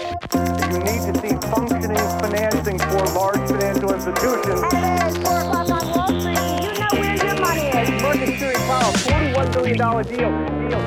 You need to see functioning financing for large financial institutions. It's 4 o'clock on Wall Street. You know where your money is. Market Series Powell, $41 billion deal.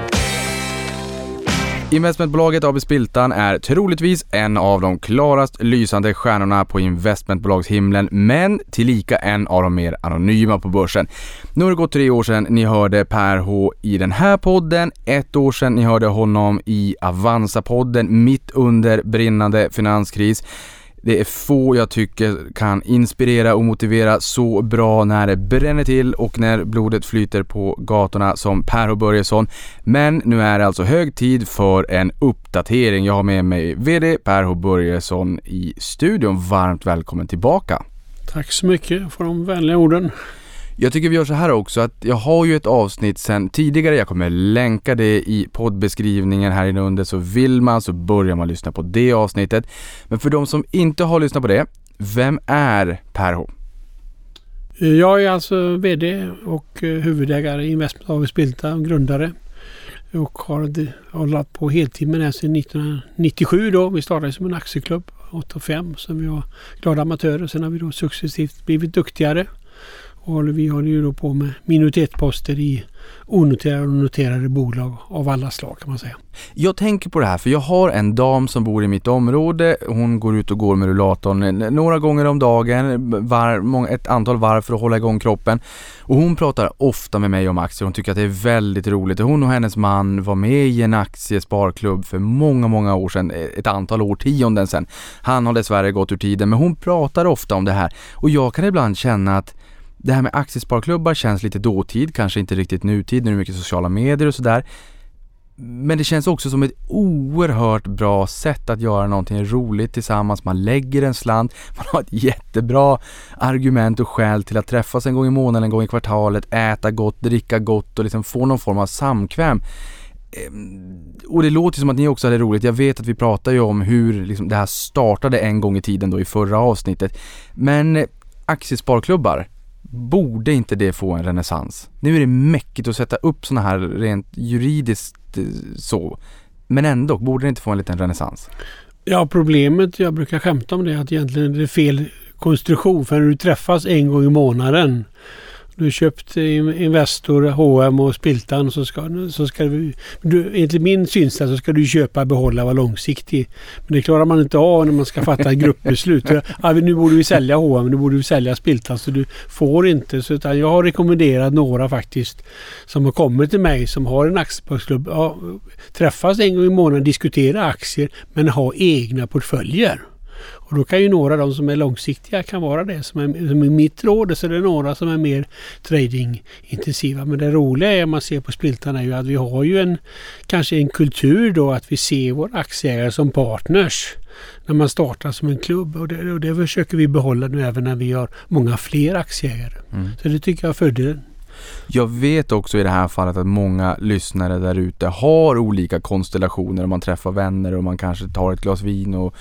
Investmentbolaget AB Spiltan är troligtvis en av de klarast lysande stjärnorna på investmentbolagshimlen, men tillika en av de mer anonyma på börsen. Nu har det gått 3 år sedan ni hörde Per H i den här podden, 1 år sedan ni hörde honom i Avanza-podden mitt under brinnande finanskris. Det är få jag tycker kan inspirera och motivera så bra när det bränner till och när blodet flyter på gatorna som Per H Börjesson. Men nu är det alltså hög tid för en uppdatering. Jag har med mig vd Per H Börjesson i studion. Varmt välkommen tillbaka. Tack så mycket för de vänliga orden. Jag tycker vi gör så här också, att jag har ju ett avsnitt sen tidigare, jag kommer länka det i poddbeskrivningen här inne under, så vill man så börjar man lyssna på det avsnittet. Men för de som inte har lyssnat på det, vem är Per H? Jag är alltså vd och huvudägare i Investment AB Spiltan, grundare, och har hållit på heltid med det sedan 1997 då. Vi startade som en aktieklubb 8-5 som vi var glada amatörer, sen har vi då successivt blivit duktigare. Och vi håller ju då på med minoritetsposter i onoterade och noterade bolag av alla slag, kan man säga. Jag tänker på det här för jag har en dam som bor i mitt område. Hon går ut och går med rullatorn några gånger om dagen, ett antal varv för att hålla igång kroppen. Och hon pratar ofta med mig om aktier. Hon tycker att det är väldigt roligt. Hon och hennes man var med i en aktiesparklubb för många år sedan, ett antal årtionden sedan. Han har dessvärre gått ur tiden, men hon pratar ofta om det här. Och jag kan ibland känna att det här med aktiesparklubbar känns lite dåtid, kanske inte riktigt nutid, när det är mycket sociala medier och sådär. Men det känns också som ett oerhört bra sätt att göra någonting roligt tillsammans. Man lägger en slant, man har ett jättebra argument och skäl till att träffas en gång i månaden, en gång i kvartalet, äta gott, dricka gott och liksom få någon form av samkväm. Och det låter som att ni också hade roligt. Jag vet att vi pratar ju om hur liksom det här startade en gång i tiden då i förra avsnittet. Men aktiesparklubbar, borde inte det få en renässans? Nu är det mäckigt att sätta upp såna här rent juridiskt så. Men ändå, borde det inte få en liten renässans? Ja, problemet, jag brukar skämta om det, att egentligen är det fel konstruktion. För när du träffas en gång i månaden, du köpt Investor, H&M och Spiltan, så ska du enligt min synsätt så ska du köpa, behålla, vara långsiktig. Men det klarar man inte av när man ska fatta ett gruppbeslut. Nu borde vi sälja H&M, nu borde vi sälja Spiltan, så du får inte. Så utan jag har rekommenderat några faktiskt som har kommit till mig som har en aktiesparklubb. Ja, träffas en gång i månaden, diskutera aktier, men ha egna portföljer. Och då kan ju några av de som är långsiktiga kan vara det som är mitt råd, så det är några som är mer tradingintensiva. Men det roliga är, man ser på Spiltan, är ju att vi har ju kanske en kultur då att vi ser våra aktieägare som partners när man startar som en klubb, och det försöker vi behålla nu även när vi har många fler aktieägare. Så det tycker jag är fördelen. Jag vet också i det här fallet att många lyssnare där ute har olika konstellationer. Man träffar vänner och man kanske tar ett glas vin och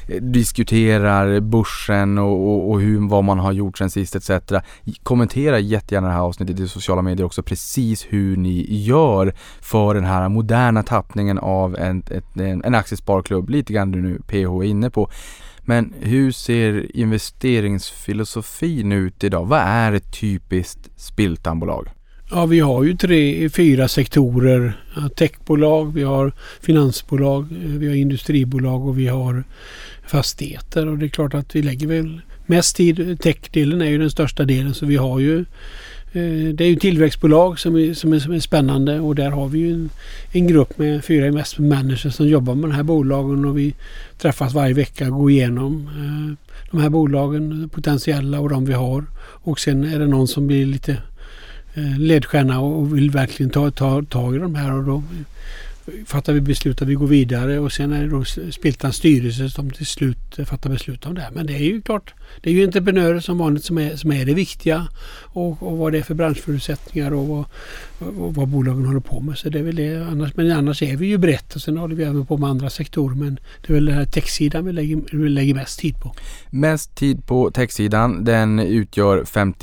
diskuterar börsen och vad man har gjort sen sist etc. Kommentera jättegärna det här avsnittet i sociala medier också, precis hur ni gör för den här moderna tappningen av en aktiesparklubb. Lite grann du nu PH är inne på. Men hur ser investeringsfilosofin ut idag? Vad är ett typiskt Spiltanbolag? Ja, vi har ju 3-4 sektorer. Techbolag, vi har finansbolag, vi har industribolag och vi har fastigheter. Och det är klart att vi lägger väl mest tid, techdelen är ju den största delen, så vi har ju det är ju tillväxtbolag som är spännande, och där har vi ju en grupp med 4 investment managers som jobbar med de här bolagen, och vi träffas varje vecka och går igenom de här bolagen, potentiella och de vi har, och sen är det någon som blir lite ledstjärna och vill verkligen ta tag i de här, och då fattar vi beslut att vi går vidare, och sen är det då Spiltans styrelse som till slut fattar beslut om det här. Men det är ju klart, det är ju entreprenörer som vanligt som är det viktiga, och vad det är för branschförutsättningar och vad bolagen håller på med. Så det är väl det. Annars är vi ju brett, och sen håller vi även på med andra sektorer, men det är väl den här techsidan vi lägger mest tid på. Mest tid på techsidan, den utgör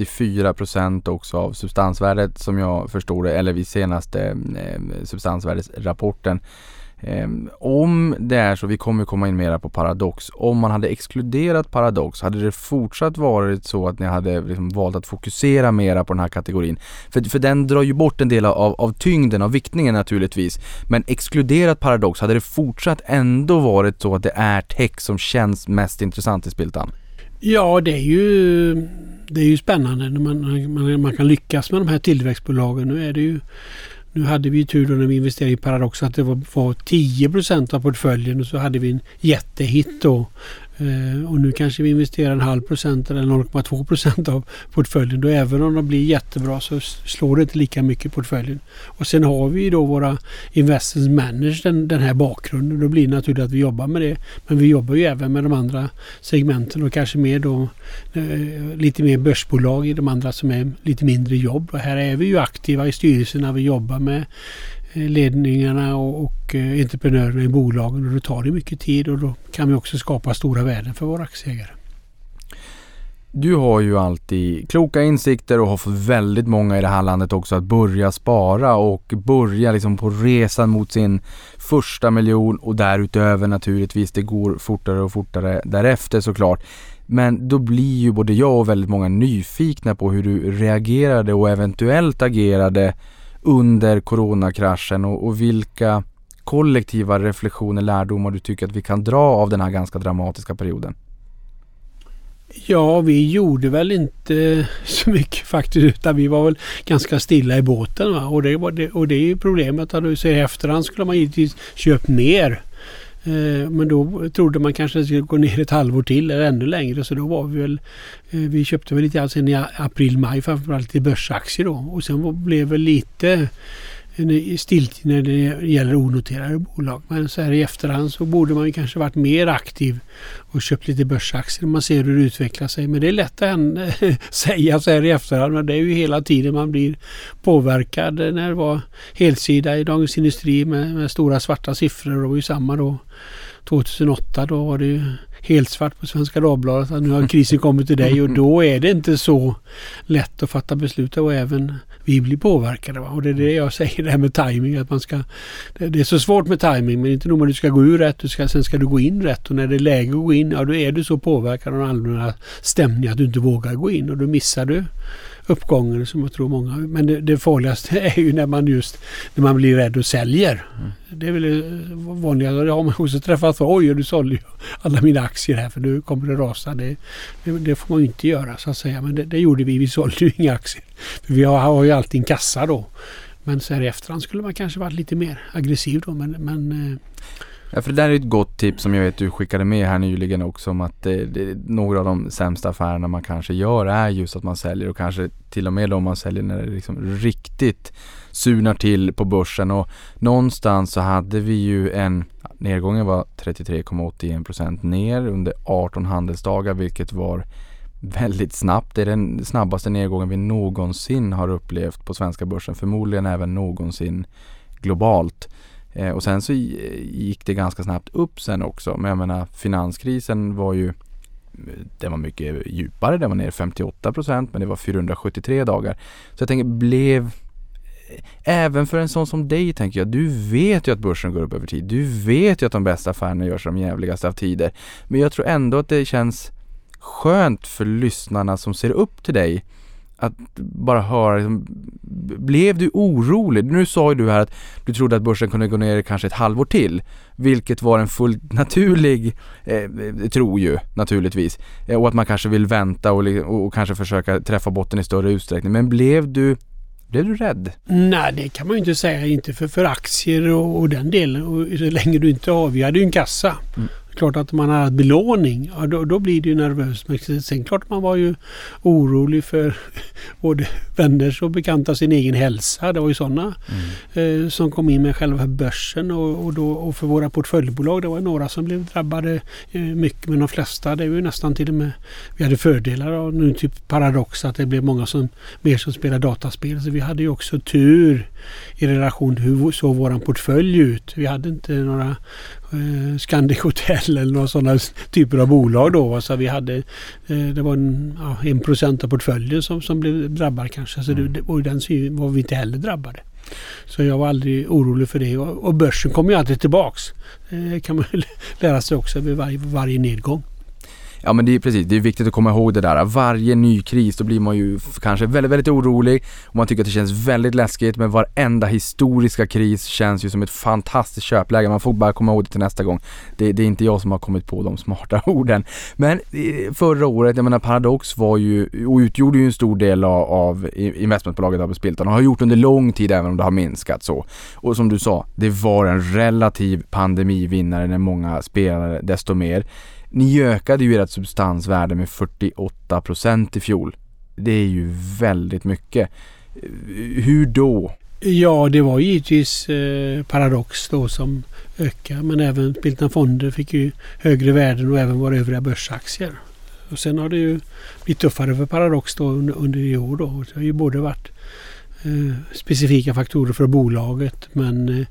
54% också av substansvärdet som jag förstår det, eller vid senaste substansvärdesrapporten. Om det är så, vi kommer komma in mera på Paradox, om man hade exkluderat Paradox, hade det fortsatt varit så att ni hade liksom valt att fokusera mera på den här kategorin? För den drar ju bort en del av tyngden, av viktningen naturligtvis. Men exkluderat Paradox, hade det fortsatt ändå varit så att det är tech som känns mest intressant i Spiltan? Ja, det är ju spännande när man kan lyckas med de här tillväxtbolagen. Nu hade vi tur då när vi investerade i Paradox att det var 10% av portföljen och så hade vi en jättehit då. Och nu kanske vi investerar 0,5% eller 0,2% av portföljen. Då även om de blir jättebra så slår det inte lika mycket i portföljen. Och sen har vi då våra investment managers den här bakgrunden. Då blir det naturligt att vi jobbar med det. Men vi jobbar ju även med de andra segmenten och kanske mer då lite mer börsbolag i de andra som är lite mindre jobb. Och här är vi ju aktiva i styrelserna. Vi jobbar med ledningarna och entreprenörerna i bolagen och då tar det mycket tid och då kan vi också skapa stora värden för våra aktieägare. Du har ju alltid kloka insikter och har fått väldigt många i det här landet också att börja spara och börja liksom på resan mot sin första miljon och därutöver naturligtvis, det går fortare och fortare därefter såklart. Men då blir ju både jag och väldigt många nyfikna på hur du reagerade och eventuellt agerade under coronakraschen och vilka kollektiva reflektioner, lärdomar du tycker att vi kan dra av den här ganska dramatiska perioden? Ja, vi gjorde väl inte så mycket faktiskt utan vi var väl ganska stilla i båten. Va? Och det är ju problemet att du ser i efterhand skulle man givetvis köpt mer. Men då trodde man kanske att det skulle gå ner ett halvår till eller ännu längre så då var vi köpte väl lite alltså i april-maj framförallt lite börsaktier då och sen blev väl lite stilt när det gäller onoterade bolag. Men så här i efterhand så borde man ju kanske varit mer aktiv och köpt lite börsaktier. Man ser hur det utvecklar sig. Men det är lätt att säga så här i efterhand. Men det är ju hela tiden man blir påverkad. När det var helsida i Dagens Industri med stora svarta siffror. Det var ju samma då 2008. Då var det ju helt svart på Svenska Dagbladet att nu har krisen kommit till dig och då är det inte så lätt att fatta beslut och även vi blir påverkade. Va? Och det är det jag säger det här med timing att det är så svårt med timing men inte nog med att du ska gå ur rätt sen ska du gå in rätt och när det är läge att gå in ja då är du så påverkad av den allmänna stämningen att du inte vågar gå in och då missar du uppgången som jag tror många. Men det farligaste är ju när man blir rädd och säljer. Det är väl vanligt. Det har man också träffat för oj, du sålde ju alla mina aktier här för nu kommer det rasa. Det får man ju inte göra så att säga. Men det gjorde vi. Vi sålde ju inga aktier. För vi har ju alltid en kassa då. Men så här i efterhand skulle man kanske varit lite mer aggressiv då. Men Ja, för det där är ett gott tips som jag vet du skickade med här nyligen också om att några av de sämsta affärerna man kanske gör är just att man säljer och kanske till och med om man säljer när det liksom riktigt surnar till på börsen och någonstans så hade vi ju nedgången var 33,81% ner under 18 handelsdagar vilket var väldigt snabbt. Det är den snabbaste nedgången vi någonsin har upplevt på svenska börsen, förmodligen även någonsin globalt. Och sen så gick det ganska snabbt upp sen också. Men jag menar, finanskrisen var ju den var mycket djupare. Den var ner 58% men det var 473 dagar. Så jag tänker, även för en sån som dig tänker jag, du vet ju att börsen går upp över tid. Du vet ju att de bästa affärerna görs de jävligaste av tider. Men jag tror ändå att det känns skönt för lyssnarna som ser upp till dig att bara höra, liksom, blev du orolig? Nu sa ju du här att du trodde att börsen kunde gå ner kanske ett halvår till, vilket var en fullt naturlig tro ju naturligtvis, och att man kanske vill vänta och kanske försöka träffa botten i större utsträckning, men blev du rädd? Nej, det kan man ju inte säga, inte för aktier och den delen, och så länge du inte har, vi hade ju en kassa. Klart att man har belåning, ja, då blir det ju nervöst. Men sen klart man var ju orolig för både vänners och bekanta sin egen hälsa. Det var ju sådana som kom in med själva börsen och för våra portföljbolag, det var några som blev drabbade mycket, men de flesta, det är ju nästan till och med, vi hade fördelar av nu typ Paradox att det blev många som spelar dataspel, så vi hade ju också tur i relation till hur såg våran portfölj ut. Vi hade inte några Scandic Hotel eller några sådana typer av bolag då. Så vi hade, det var 1% av portföljen som blev drabbad kanske. Så och den var vi inte heller drabbade. Så jag var aldrig orolig för det. Och börsen kommer ju alltid tillbaks. Det kan man lära sig också vid varje nedgång. Ja, men det är precis, det är viktigt att komma ihåg det där. Varje ny kris, då blir man ju kanske väldigt, väldigt orolig och man tycker att det känns väldigt läskigt, men varenda historiska kris känns ju som ett fantastiskt köpläge. Man får bara komma ihåg det till nästa gång. Det är inte jag som har kommit på de smarta orden. Men förra året, jag menar, Paradox var ju och utgjorde ju en stor del av investmentbolaget AB Spiltan och har gjort under lång tid, även om det har minskat så. Och som du sa, det var en relativ pandemivinnare när många spelade desto mer. Ni ökade ju ert substansvärde med 48% i fjol. Det är ju väldigt mycket. Hur då? Ja, det var givetvis Paradox då som ökade, men även Spiltan Fonder fick ju högre värden och även våra övriga börsaktier. Och sen har det ju blivit tuffare för Paradox då under i år då. Det har ju både varit specifika faktorer för bolaget, men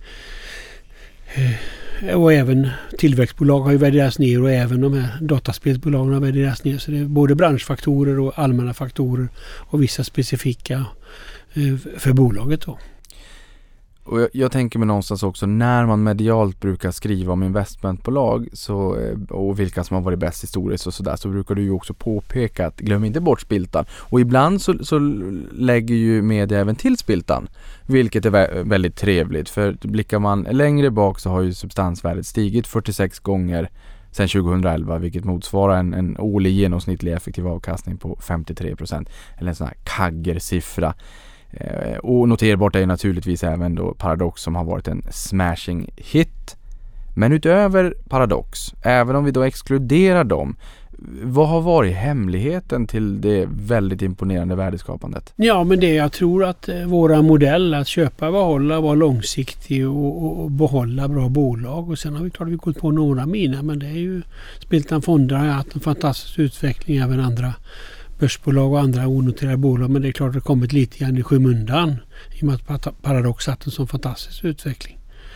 och även tillväxtbolag har ju värderats ner och även de här dataspelsbolagen har värderats ner. Så det är både branschfaktorer och allmänna faktorer och vissa specifika för bolaget då. Och jag tänker mig någonstans också, när man medialt brukar skriva om investmentbolag så, och vilka som har varit bäst historiskt och sådär, så brukar du ju också påpeka att glöm inte bort Spiltan. Och ibland så lägger ju media även till Spiltan, vilket är väldigt trevligt. För blickar man längre bak så har ju substansvärdet stigit 46 gånger sedan 2011, vilket motsvarar en årlig genomsnittlig effektiv avkastning på 53%, eller en sån här kaggersiffra. Och noterbart är ju naturligtvis även då Paradox som har varit en smashing hit. Men utöver Paradox, även om vi då exkluderar dem, vad har varit hemligheten till det väldigt imponerande värdeskapandet? Ja, men det jag tror att våra modell att köpa, behålla, vara långsiktig och behålla bra bolag. Och sen har vi gått på några mina, men det är ju Spiltan Fonder har haft en fantastisk utveckling, även andra börsbolag och andra onoterade bolag, men det är klart att det kommit lite grann i skymundan i och med att Paradox haft en sån fantastisk utveckling.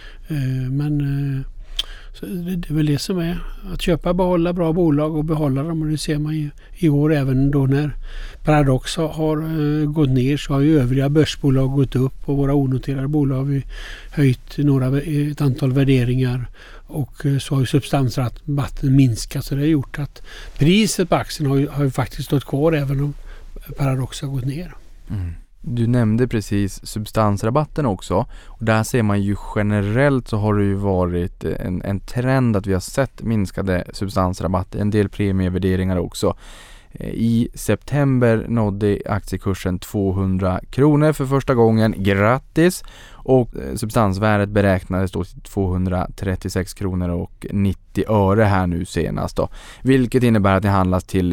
Men så det är väl det som är att köpa, behålla bra bolag och behålla dem, och det ser man ju i år även då när Paradox har gått ner, så har ju övriga börsbolag gått upp och våra onoterade bolag har vi höjt ett antal värderingar. Och så har ju substansrabatten minskat, så det har gjort att priset på aktien har ju faktiskt stått kvar även om Paradox har gått ner. Mm. Du nämnde precis substansrabatten också, och där ser man ju generellt så har det ju varit en trend att vi har sett minskade substansrabatter, en del premievärderingar också. I september nådde aktiekursen 200 kronor för första gången, grattis, och substansvärdet beräknades då till 236 kronor och 90 öre här nu senast då, vilket innebär att det handlas till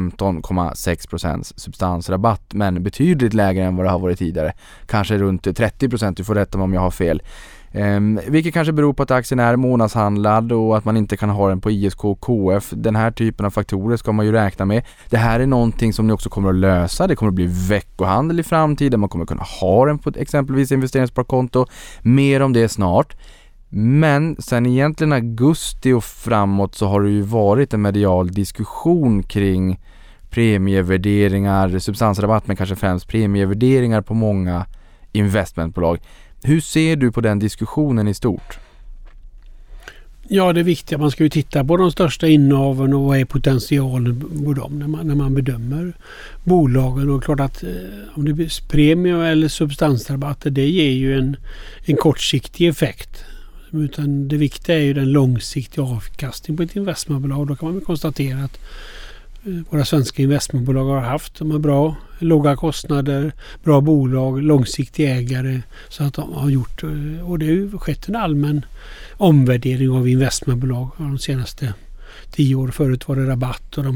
15,6% substansrabatt, men betydligt lägre än vad det har varit tidigare, kanske runt 30%, du får rätta mig om jag har fel. Vilket kanske beror på att aktien är månadshandlad och att man inte kan ha den på ISK och KF. Den här typen av faktorer ska man ju räkna med. Det här är någonting som ni också kommer att lösa. Det kommer att bli veckohandel i framtiden. Man kommer kunna ha den på exempelvis investeringssparkonto. Mer om det snart. Men sen egentligen augusti och framåt så har det ju varit en medial diskussion kring premievärderingar, substansrabatt, men kanske främst premievärderingar på många investmentbolag. Hur ser du på den diskussionen i stort? Ja, det är viktigt. Man ska ju titta på de största innehaven och vad är potentialen på dem när man bedömer bolagen. Och klart att om det blir premie eller substansrabatter, det ger ju en kortsiktig effekt. Utan det viktiga är ju den långsiktiga avkastningen på ett investmentbolag. Då kan man konstatera att våra svenska investmentbolag har haft. De har bra, låga kostnader, bra bolag, långsiktiga ägare. Så att de har gjort, och det har ju skett en allmän omvärdering av investmentbolag de senaste 10 år. Förut var det rabatt och de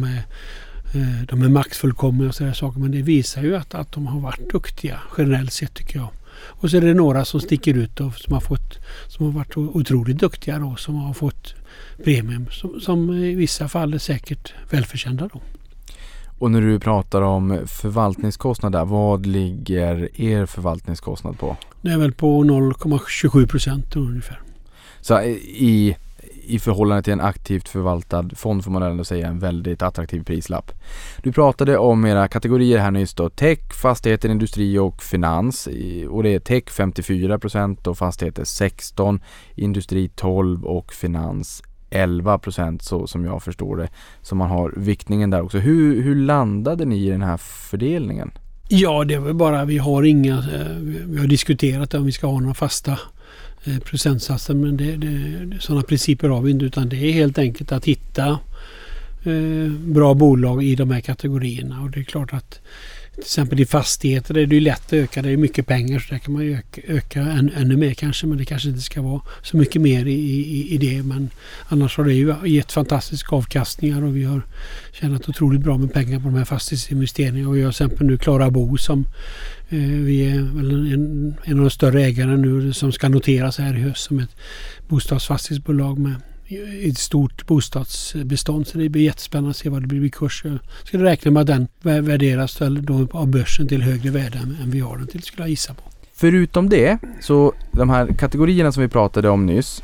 är maktfullkomliga och sådana saker. Men det visar ju att de har varit duktiga generellt sett, tycker jag. Och så är det några som sticker ut och som har varit otroligt duktiga då, som har fått premium som i vissa fall är säkert välförtjänta då. Och när du pratar om förvaltningskostnader, vad ligger er förvaltningskostnad på? Det är väl på 0,27% ungefär. Så i förhållande till en aktivt förvaltad fond får man ändå säga en väldigt attraktiv prislapp. Du pratade om era kategorier här nyss då. Tech, fastigheter, industri och finans. Och det är tech 54% och fastigheter 16%, industri 12% och finans 11%, så som jag förstår det. Så man har viktningen där också. Hur landade ni i den här fördelningen? Ja, det är väl bara vi har diskuterat om vi ska ha några fasta procentsatser, men sådana principer har vi inte, utan det är helt enkelt att hitta bra bolag i de här kategorierna. Och det är klart att till exempel i fastigheter är det ju lätt att öka, det är mycket pengar, så där kan man ju öka ännu mer kanske, men det kanske inte ska vara så mycket mer i det. Men annars har det ju gett fantastiska avkastningar och vi har tjänat otroligt bra med pengar på de här fastighetsinvesteringarna. Och vi har till exempel nu Klara Bo som vi är väl en av de större ägarna nu som ska noteras här i höst som ett bostadsfastighetsbolag med ett stort bostadsbestånd, så det blir jättespännande att se vad det blir i kurs. Jag skulle räkna med att den värderas då av börsen till högre värde än vi har den till, skulle jag gissa på. Förutom det, så de här kategorierna som vi pratade om nyss,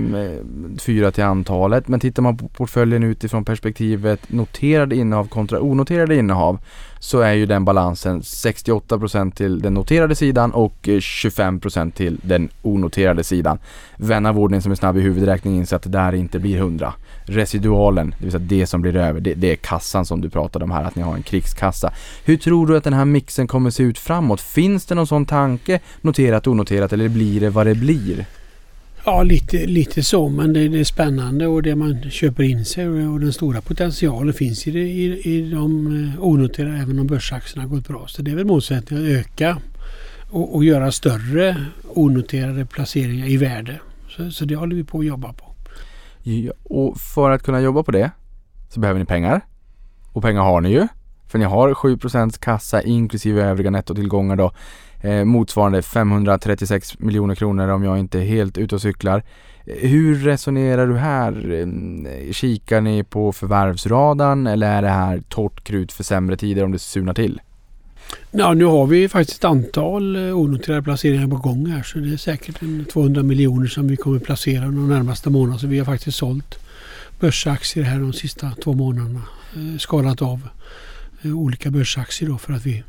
4 till antalet, men tittar man på portföljen utifrån perspektivet noterade innehav kontra onoterade innehav, så är ju den balansen 68% till den noterade sidan och 25% till den onoterade sidan. Vän av ordning som är snabb i huvudräkning inser att det där inte blir 100. Residualen, det vill säga det som blir över, det är kassan som du pratade om här, att ni har en krigskassa. Hur tror du att den här mixen kommer se ut framåt? Finns det någon sån tanke, noterat, onoterat, eller blir det vad det blir? Ja, lite så, men det är spännande och det man köper in sig och den stora potentialen finns i de onoterade, även om börsaktierna har gått bra. Så det är väl målsättningen att öka och göra större onoterade placeringar i värde. Så det håller vi på att jobba på. Ja, och för att kunna jobba på det så behöver ni pengar. Och pengar har ni ju. För ni har 7% kassa inklusive övriga nettotillgångar då. Motsvarande 536 miljoner kronor om jag inte är helt ute och cyklar. Hur resonerar du här? Kikar ni på förvärvsradarn eller är det här torrt krut för sämre tider om det surnar till? Ja, nu har vi faktiskt ett antal onoterade placeringar på gång här, så det är säkert 200 miljoner som vi kommer placera de närmaste månaderna. Så vi har faktiskt sålt börsaktier här de sista 2 månaderna. Skalat av olika börsaktier då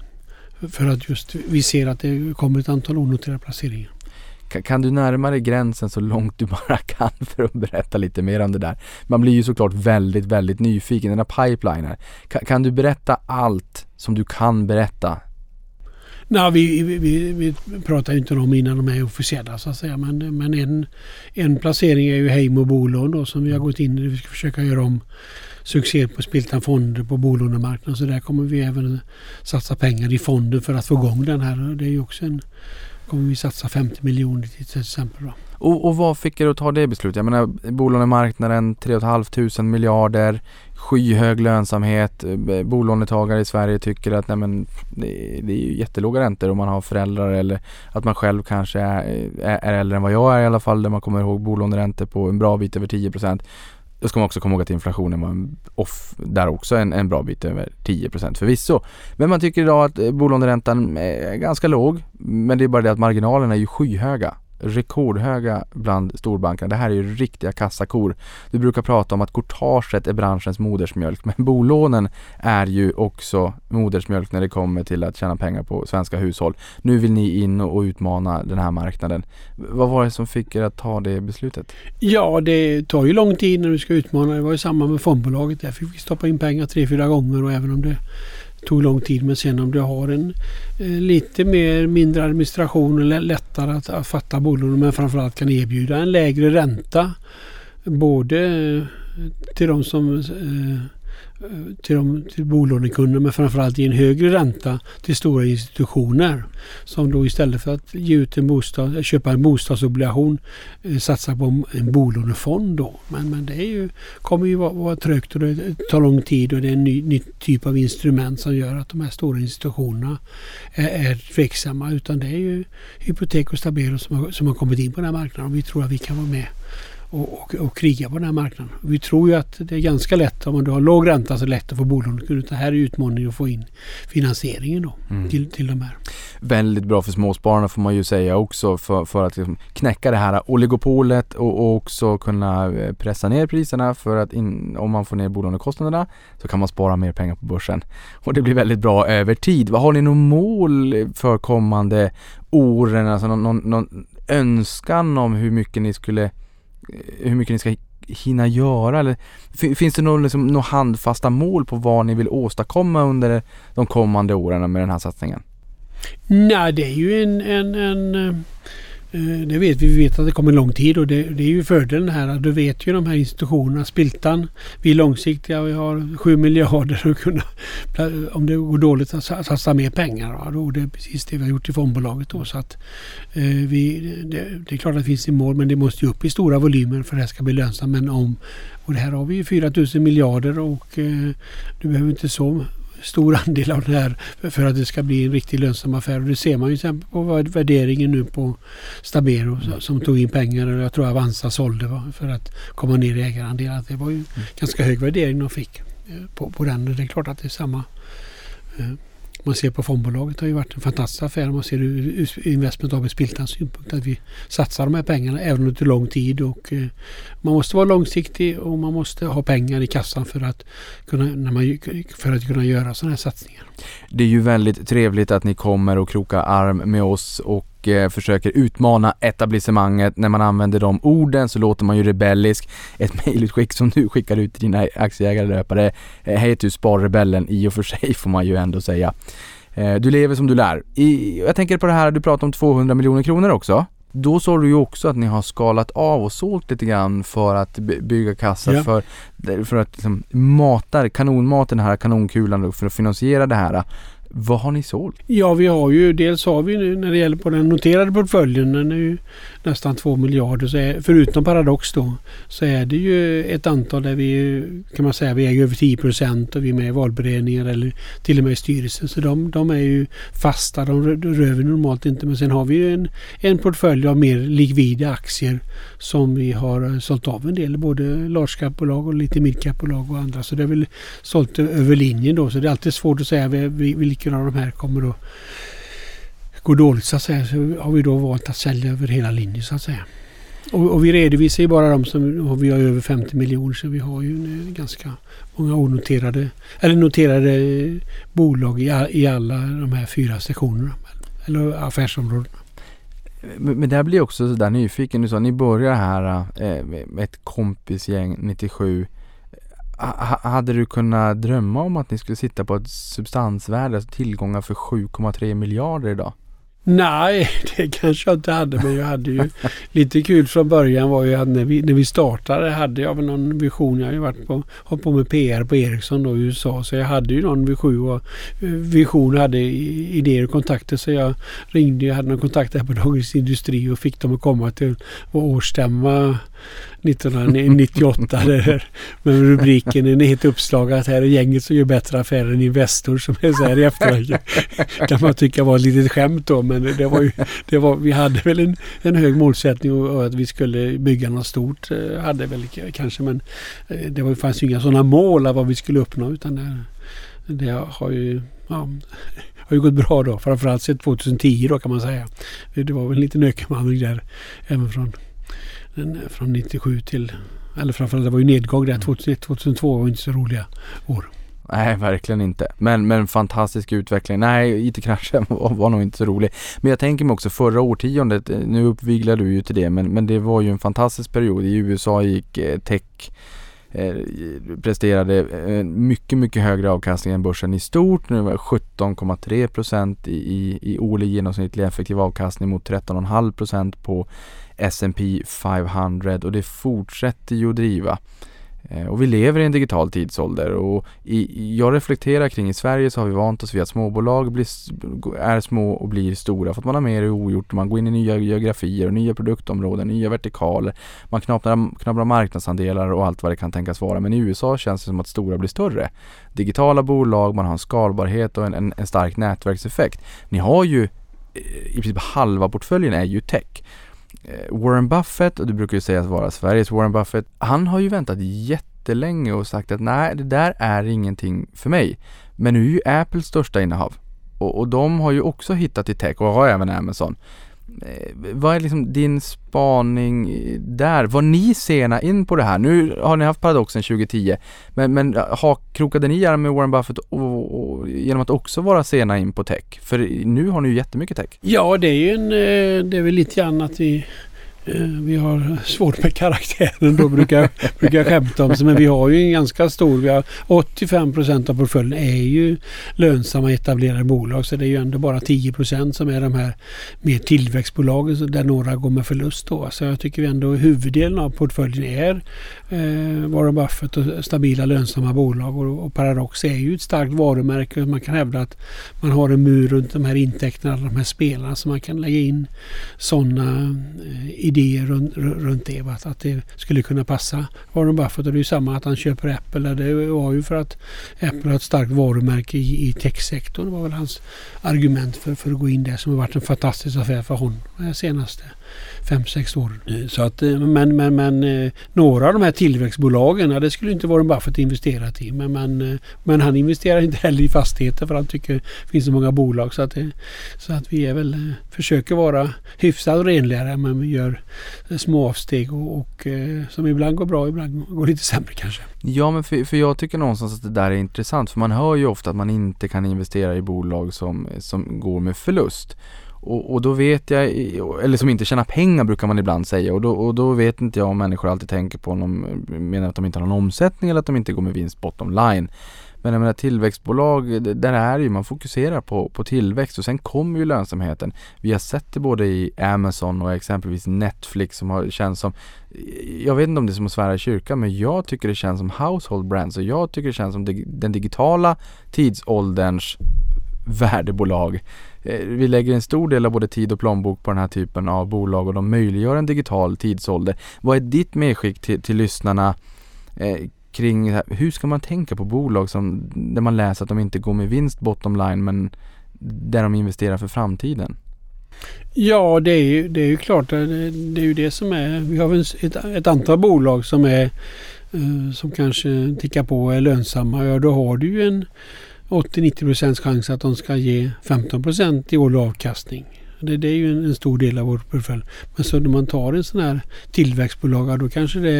för att just vi ser att det kommer ett antal onoterade placeringar. Kan du närma dig gränsen så långt du bara kan för att berätta lite mer om det där? Man blir ju såklart väldigt, väldigt nyfiken. Den här pipelinen. Kan du berätta allt som du kan berätta? Nej, vi pratar ju inte om innan de är officiella så att säga. Men en placering är ju Heimo bolån då, som vi har gått in i. Vi ska försöka göra om succé på Spiltan fonder på bolånemarknaden. Så där kommer vi även satsa pengar i fonden för att få igång den här. Det är ju också kommer vi satsa 50 miljoner till exempel då. Och vad fick er att ta det beslutet? Jag menar, bolånemarknaden 3 500 miljarder, skyhög lönsamhet, bolånetagare i Sverige tycker att nej men, det är ju jättelåga räntor om man har föräldrar eller att man själv kanske är äldre än vad jag är i alla fall, där man kommer ihåg bolåneräntor på en bra bit över 10%. Då ska man också komma ihåg att inflationen var där också en bra bit över 10% förvisso. Men man tycker idag att bolåneräntan är ganska låg, men det är bara det att marginalerna är ju skyhöga. Rekordhöga bland storbankerna. Det här är ju riktiga kassakor. Du brukar prata om att courtaget är branschens modersmjölk, men bolånen är ju också modersmjölk när det kommer till att tjäna pengar på svenska hushåll. Nu vill ni in och utmana den här marknaden. Vad var det som fick er att ta det beslutet? Ja, det tar ju lång tid när vi ska utmana. Det var ju samma med fondbolaget. Där fick vi stoppa in pengar 3-4 gånger, och även om det tog lång tid, men sen om du har en lite mindre administration och lättare att fatta bolån, men framförallt kan erbjuda en lägre ränta både till de som till bolånekunder, men framförallt ge en högre ränta till stora institutioner som då istället för att ge ut köpa en bostadsobligation satsar på en bolånefond då. Men det kommer ju vara trögt och det tar lång tid, och det är en ny typ av instrument som gör att de här stora institutionerna är tveksamma, utan det är ju Hypotek och Stabelo som har kommit in på den här marknaden, och vi tror att vi kan vara med och kriga på den här marknaden. Vi tror ju att det är ganska lätt, om man har låg ränta så är det lätt att få bolån. Det här är utmaningen att få in finansieringen då, till de här. Väldigt bra för småspararna får man ju säga också för att liksom knäcka det här oligopolet och också kunna pressa ner priserna för att om man får ner bolånekostnaderna så kan man spara mer pengar på börsen. Och det blir väldigt bra över tid. Vad har ni någon mål för kommande åren? Alltså någon önskan om hur mycket ni ska hinna göra? Eller finns det några handfasta mål på vad ni vill åstadkomma under de kommande åren med den här satsningen? Nej, det är ju det vi vet att det kommer lång tid och det är ju fördelen här. Du vet ju de här institutionerna, Spiltan, vi är långsiktiga, vi har 7 miljarder att kunna, om det går dåligt att satsa mer pengar. Då det är precis det vi har gjort i fondbolaget då, så att det är klart att det finns i mål, men det måste ju upp i stora volymer för att det ska bli lönsamt. Och det här har vi ju 4 000 miljarder och du behöver inte så stor andel av det här för att det ska bli en riktigt lönsam affär. Och det ser man ju exempel på värderingen nu på Stabero som tog in pengar, och jag tror Avanza sålde för att komma ner i ägarandel. Det var ju ganska hög värdering de fick på den. Och det är klart att det är samma. Man ser på fondbolaget har ju varit en fantastisk affär. Man ser ur Investment AB Spiltans synpunkt att vi satsar de här pengarna även under lång tid, och man måste vara långsiktig och man måste ha pengar i kassan för att kunna göra sådana här satsningar. Det är ju väldigt trevligt att ni kommer och krokar arm med oss och försöker utmana etablissemanget. När man använder de orden så låter man ju rebellisk. Ett mejlutskick som du skickar ut till dina aktieägarlöpare heter ju Sparrebellen, i och för sig får man ju ändå säga. Du lever som du lär. Jag tänker på det här, du pratar om 200 miljoner kronor också. Då sa du ju också att ni har skalat av och sålt lite grann för att bygga kassa, för att liksom kanonmat den här kanonkulan för att finansiera det här. Vad har ni sålt? Ja, dels har vi nu när det gäller på den noterade portföljen, den är ju nästan 2 miljarder, så förutom Paradox då, så är det ju ett antal där vi kan man säga vi äger över 10% och vi är med i valberedningar eller till och med i styrelsen, så de är ju fasta, de rör vi normalt inte, men sen har vi ju en portfölj av mer likvida aktier som vi har sålt av en del, både large cap-bolag och lite mid cap-bolag och andra, så det är väl sålt över linjen då, så det är alltid svårt att säga vilken av de här kommer att gå dåligt, så att säga. Så har vi då valt att sälja över hela linjen, så att säga. Och vi redovisar ju bara de som vi har över 50 miljoner, så vi har ju ganska många noterade bolag i alla de här 4 sektionerna eller affärsområdena. Men det blir också så där nyfiken. Du sa ni börjar här med ett kompisgäng 97. Hade du kunnat drömma om att ni skulle sitta på ett substansvärde, alltså tillgångar för 7,3 miljarder idag? Nej, det kanske jag inte hade, men jag hade ju lite kul från början var ju att när vi startade hade jag väl någon vision. Jag har ju hållit på med PR på Ericsson då i USA, så jag hade ju någon vision, hade idéer och kontakter, så jag ringde, jag hade någon kontakt här på Dagens Industri och fick dem att komma till vår årsstämma 1998 där, med rubriken en helt uppslag att här är gänget som gör bättre affärer än Investor, som är så här i efterhand kan man tycka var ett litet skämt då, men det var vi hade väl en hög målsättning och att vi skulle bygga något stort hade väl kanske, men det fanns ju inga sådana mål av vad vi skulle uppnå, utan det har ju gått bra då, framförallt sedan 2010 då kan man säga. Det var väl en liten ökenvandring där även från 97 till, eller framförallt det var ju nedgång där, 2001-2002 var inte så roliga år. Nej, verkligen inte. Men fantastisk utveckling. Nej, IT-kraschen var nog inte så rolig. Men jag tänker mig också förra årtiondet, nu uppviglar du ju till det, men det var ju en fantastisk period. I USA gick tech presterade mycket, mycket högre avkastning än börsen i stort. Nu var 17,3% i årlig genomsnittlig effektiv avkastning mot 13,5% på S&P 500, och det fortsätter ju att driva. Och vi lever i en digital tidsålder, och jag reflekterar kring i Sverige så har vi vant oss vid att småbolag är små och blir stora för att man har mer ogjort, man går in i nya geografier och nya produktområden, nya vertikaler, man knappar marknadsandelar och allt vad det kan tänkas vara. Men i USA känns det som att stora blir större. Digitala bolag, man har en skalbarhet och en stark nätverkseffekt. Ni har ju i princip halva portföljen är ju tech. Warren Buffett, och du brukar ju säga att vara Sveriges Warren Buffett, han har ju väntat jättelänge och sagt att nej, det där är ingenting för mig. Men nu är ju Apples största innehav. Och de har ju också hittat i tech och har även Amazon. Vad är liksom din spaning där? Var ni sena in på det här? Nu har ni haft paradoxen 2010, men krokade ni arm med Warren Buffett och genom att också vara sena in på tech? För nu har ni ju jättemycket tech. Ja, det är ju det är väl lite grann att vi har svårt med karaktären då brukar jag skämta om. Men vi har ju en ganska stor, vi har 85% av portföljen är ju lönsamma etablerade bolag, så det är ju ändå bara 10% som är de här mer tillväxtbolagen där några går med förlust då. Så jag tycker vi ändå huvuddelen av portföljen är Warren Buffett och stabila lönsamma bolag, och Paradox är ju ett starkt varumärke. Man kan hävda att man har en mur runt de här intäkterna, de här spelarna, så man kan lägga in sådana idéer runt det, att det skulle kunna passa Warren Buffett. Och det är ju samma att han köper Apple. Det var ju för att Apple har ett starkt varumärke i techsektorn. Det var väl hans argument för att gå in där, som har varit en fantastisk affär för honom de senaste 5-6 åren. Så att, men några av de här tillväxtbolagen, det skulle inte Warren Buffett investerat i. Men han investerar inte heller i fastigheter, för han tycker det finns så många bolag. Så att vi är väl, försöker vara hyfsat renligare, men vi gör små avsteg och som ibland går bra, ibland går lite sämre kanske. Ja, men för jag tycker någonstans att det där är intressant, för man hör ju ofta att man inte kan investera i bolag som går med förlust. Och då vet jag, eller som inte tjänar pengar brukar man ibland säga, och då vet inte jag om människor alltid tänker på om de menar att de inte har någon omsättning eller att de inte går med vinst bottom line. Men jag menar, tillväxtbolag, där är ju, man fokuserar på tillväxt, och sen kommer ju lönsamheten. Vi har sett det både i Amazon och exempelvis Netflix, som har känns som, jag vet inte om det är som att svära i kyrkan, men jag tycker det känns som household brands, och jag tycker det känns som den digitala tidsålderns värdebolag. Vi lägger en stor del av både tid och plånbok på den här typen av bolag, och de möjliggör en digital tidsålder. Vad är ditt medskick till lyssnarna kring hur ska man tänka på bolag där man läser att de inte går med vinst bottom line, men där de investerar för framtiden? Ja, det är ju klart, det är ju det som är, vi har väl ett antal bolag som är som kanske tickar på och är lönsamma. Ja, då har du ju en 80-90% chans att de ska ge 15% i årlig avkastning. Det är ju en stor del av vår portfölj. Men så när man tar en sån här tillväxtbolag, då kanske det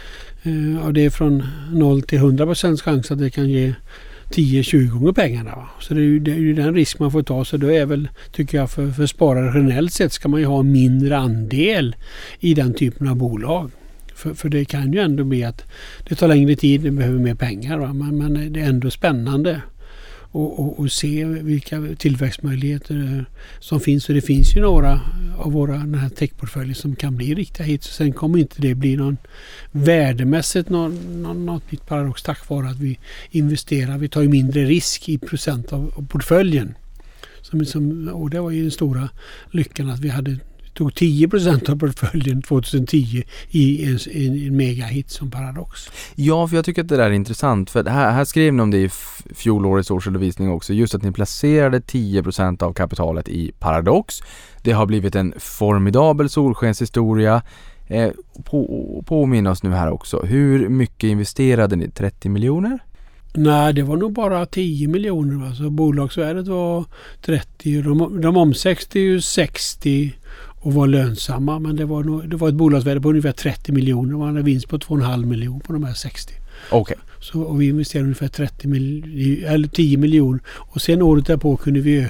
är från 0 till 100% chans att det kan ge 10-20 gånger pengarna. Va? Så det är ju den risk man får ta. Så då är väl, tycker jag, för sparare generellt sett ska man ju ha en mindre andel i den typen av bolag. För det kan ju ändå bli att det tar längre tid, det behöver mer pengar. Va? Men det är ändå spännande och se vilka tillväxtmöjligheter som finns. Och det finns ju några av den här techportföljen som kan bli riktiga hits. Sen kommer inte det bli någon värdemässigt något nytt Paradox, tack vare att vi investerar. Vi tar ju mindre risk i procent av portföljen. Och det var ju den stora lyckan att vi tog 10% av portföljen 2010 i en megahit som Paradox. Ja, för jag tycker att det där är intressant, för här skrev ni om det i fjolårets årsredovisning också, just att ni placerade 10% av kapitalet i Paradox. Det har blivit en formidabel solskenshistoria. Påminna oss nu här också, hur mycket investerade ni? 30 miljoner? Nej, det var nog bara 10 miljoner. Alltså bolagsvärdet var 30. De omsätter ju 60 och var lönsamma, men det var ett bolagsvärde på ungefär 30 miljoner. Man hade vinst på 2,5 miljoner på de här 60. Okej. Och vi investerade ungefär 10 miljoner. Och sen året därpå kunde vi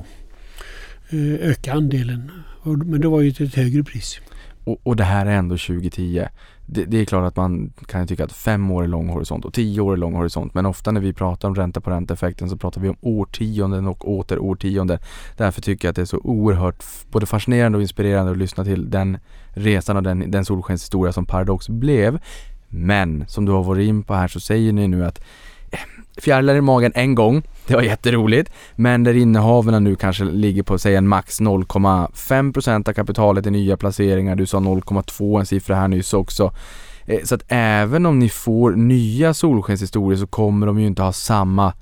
öka andelen. Men det var ju ett högre pris. Och det här är ändå 2010. Det är klart att man kan tycka att 5 år är lång horisont och 10 år är lång horisont. Men ofta när vi pratar om ränta på ränta-effekten så pratar vi om årtionden och åter årtionden. Därför tycker jag att det är så oerhört både fascinerande och inspirerande att lyssna till den resan och den solskenshistoria som Paradox blev. Men som du har varit in på här så säger ni nu att fjärilar i magen en gång, det var jätteroligt, men där innehaven nu kanske ligger på säg en max 0,5% av kapitalet i nya placeringar. Du sa 0,2, en siffra här nyss också. Så att även om ni får nya solskenshistorier så kommer de ju inte ha samma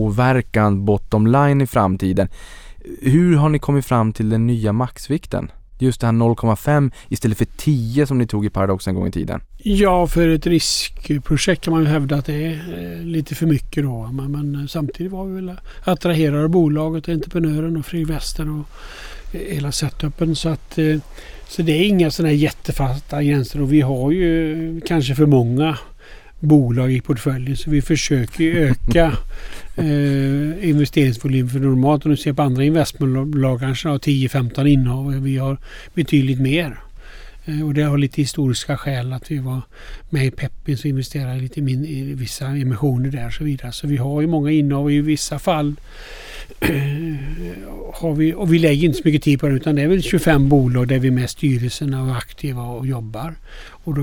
påverkan bottom line i framtiden. Hur har ni kommit fram till den nya maxvikten? Just det här 0,5 istället för 10 som ni tog i Paradox en gång i tiden. Ja, för ett riskprojekt kan man ju hävda att det är lite för mycket då. Men samtidigt var vi väl attraherade av bolaget, entreprenören och Fredrik Wester och hela setupen. Så det är inga sådana här jättefasta gränser och vi har ju kanske för många bolag i portföljen så vi försöker öka investeringsvolym för normalt. Om du ser på andra investmentbolag kanske har 10-15 innehav och vi har betydligt mer. Och det har lite historiska skäl att vi var med i Peppins och investerade lite i vissa emissioner där och så vidare. Så vi har ju många innehav och i vissa fall har vi, och vi lägger inte så mycket tid på det utan det är väl 25 bolag där vi är med styrelserna och aktiva och jobbar. Och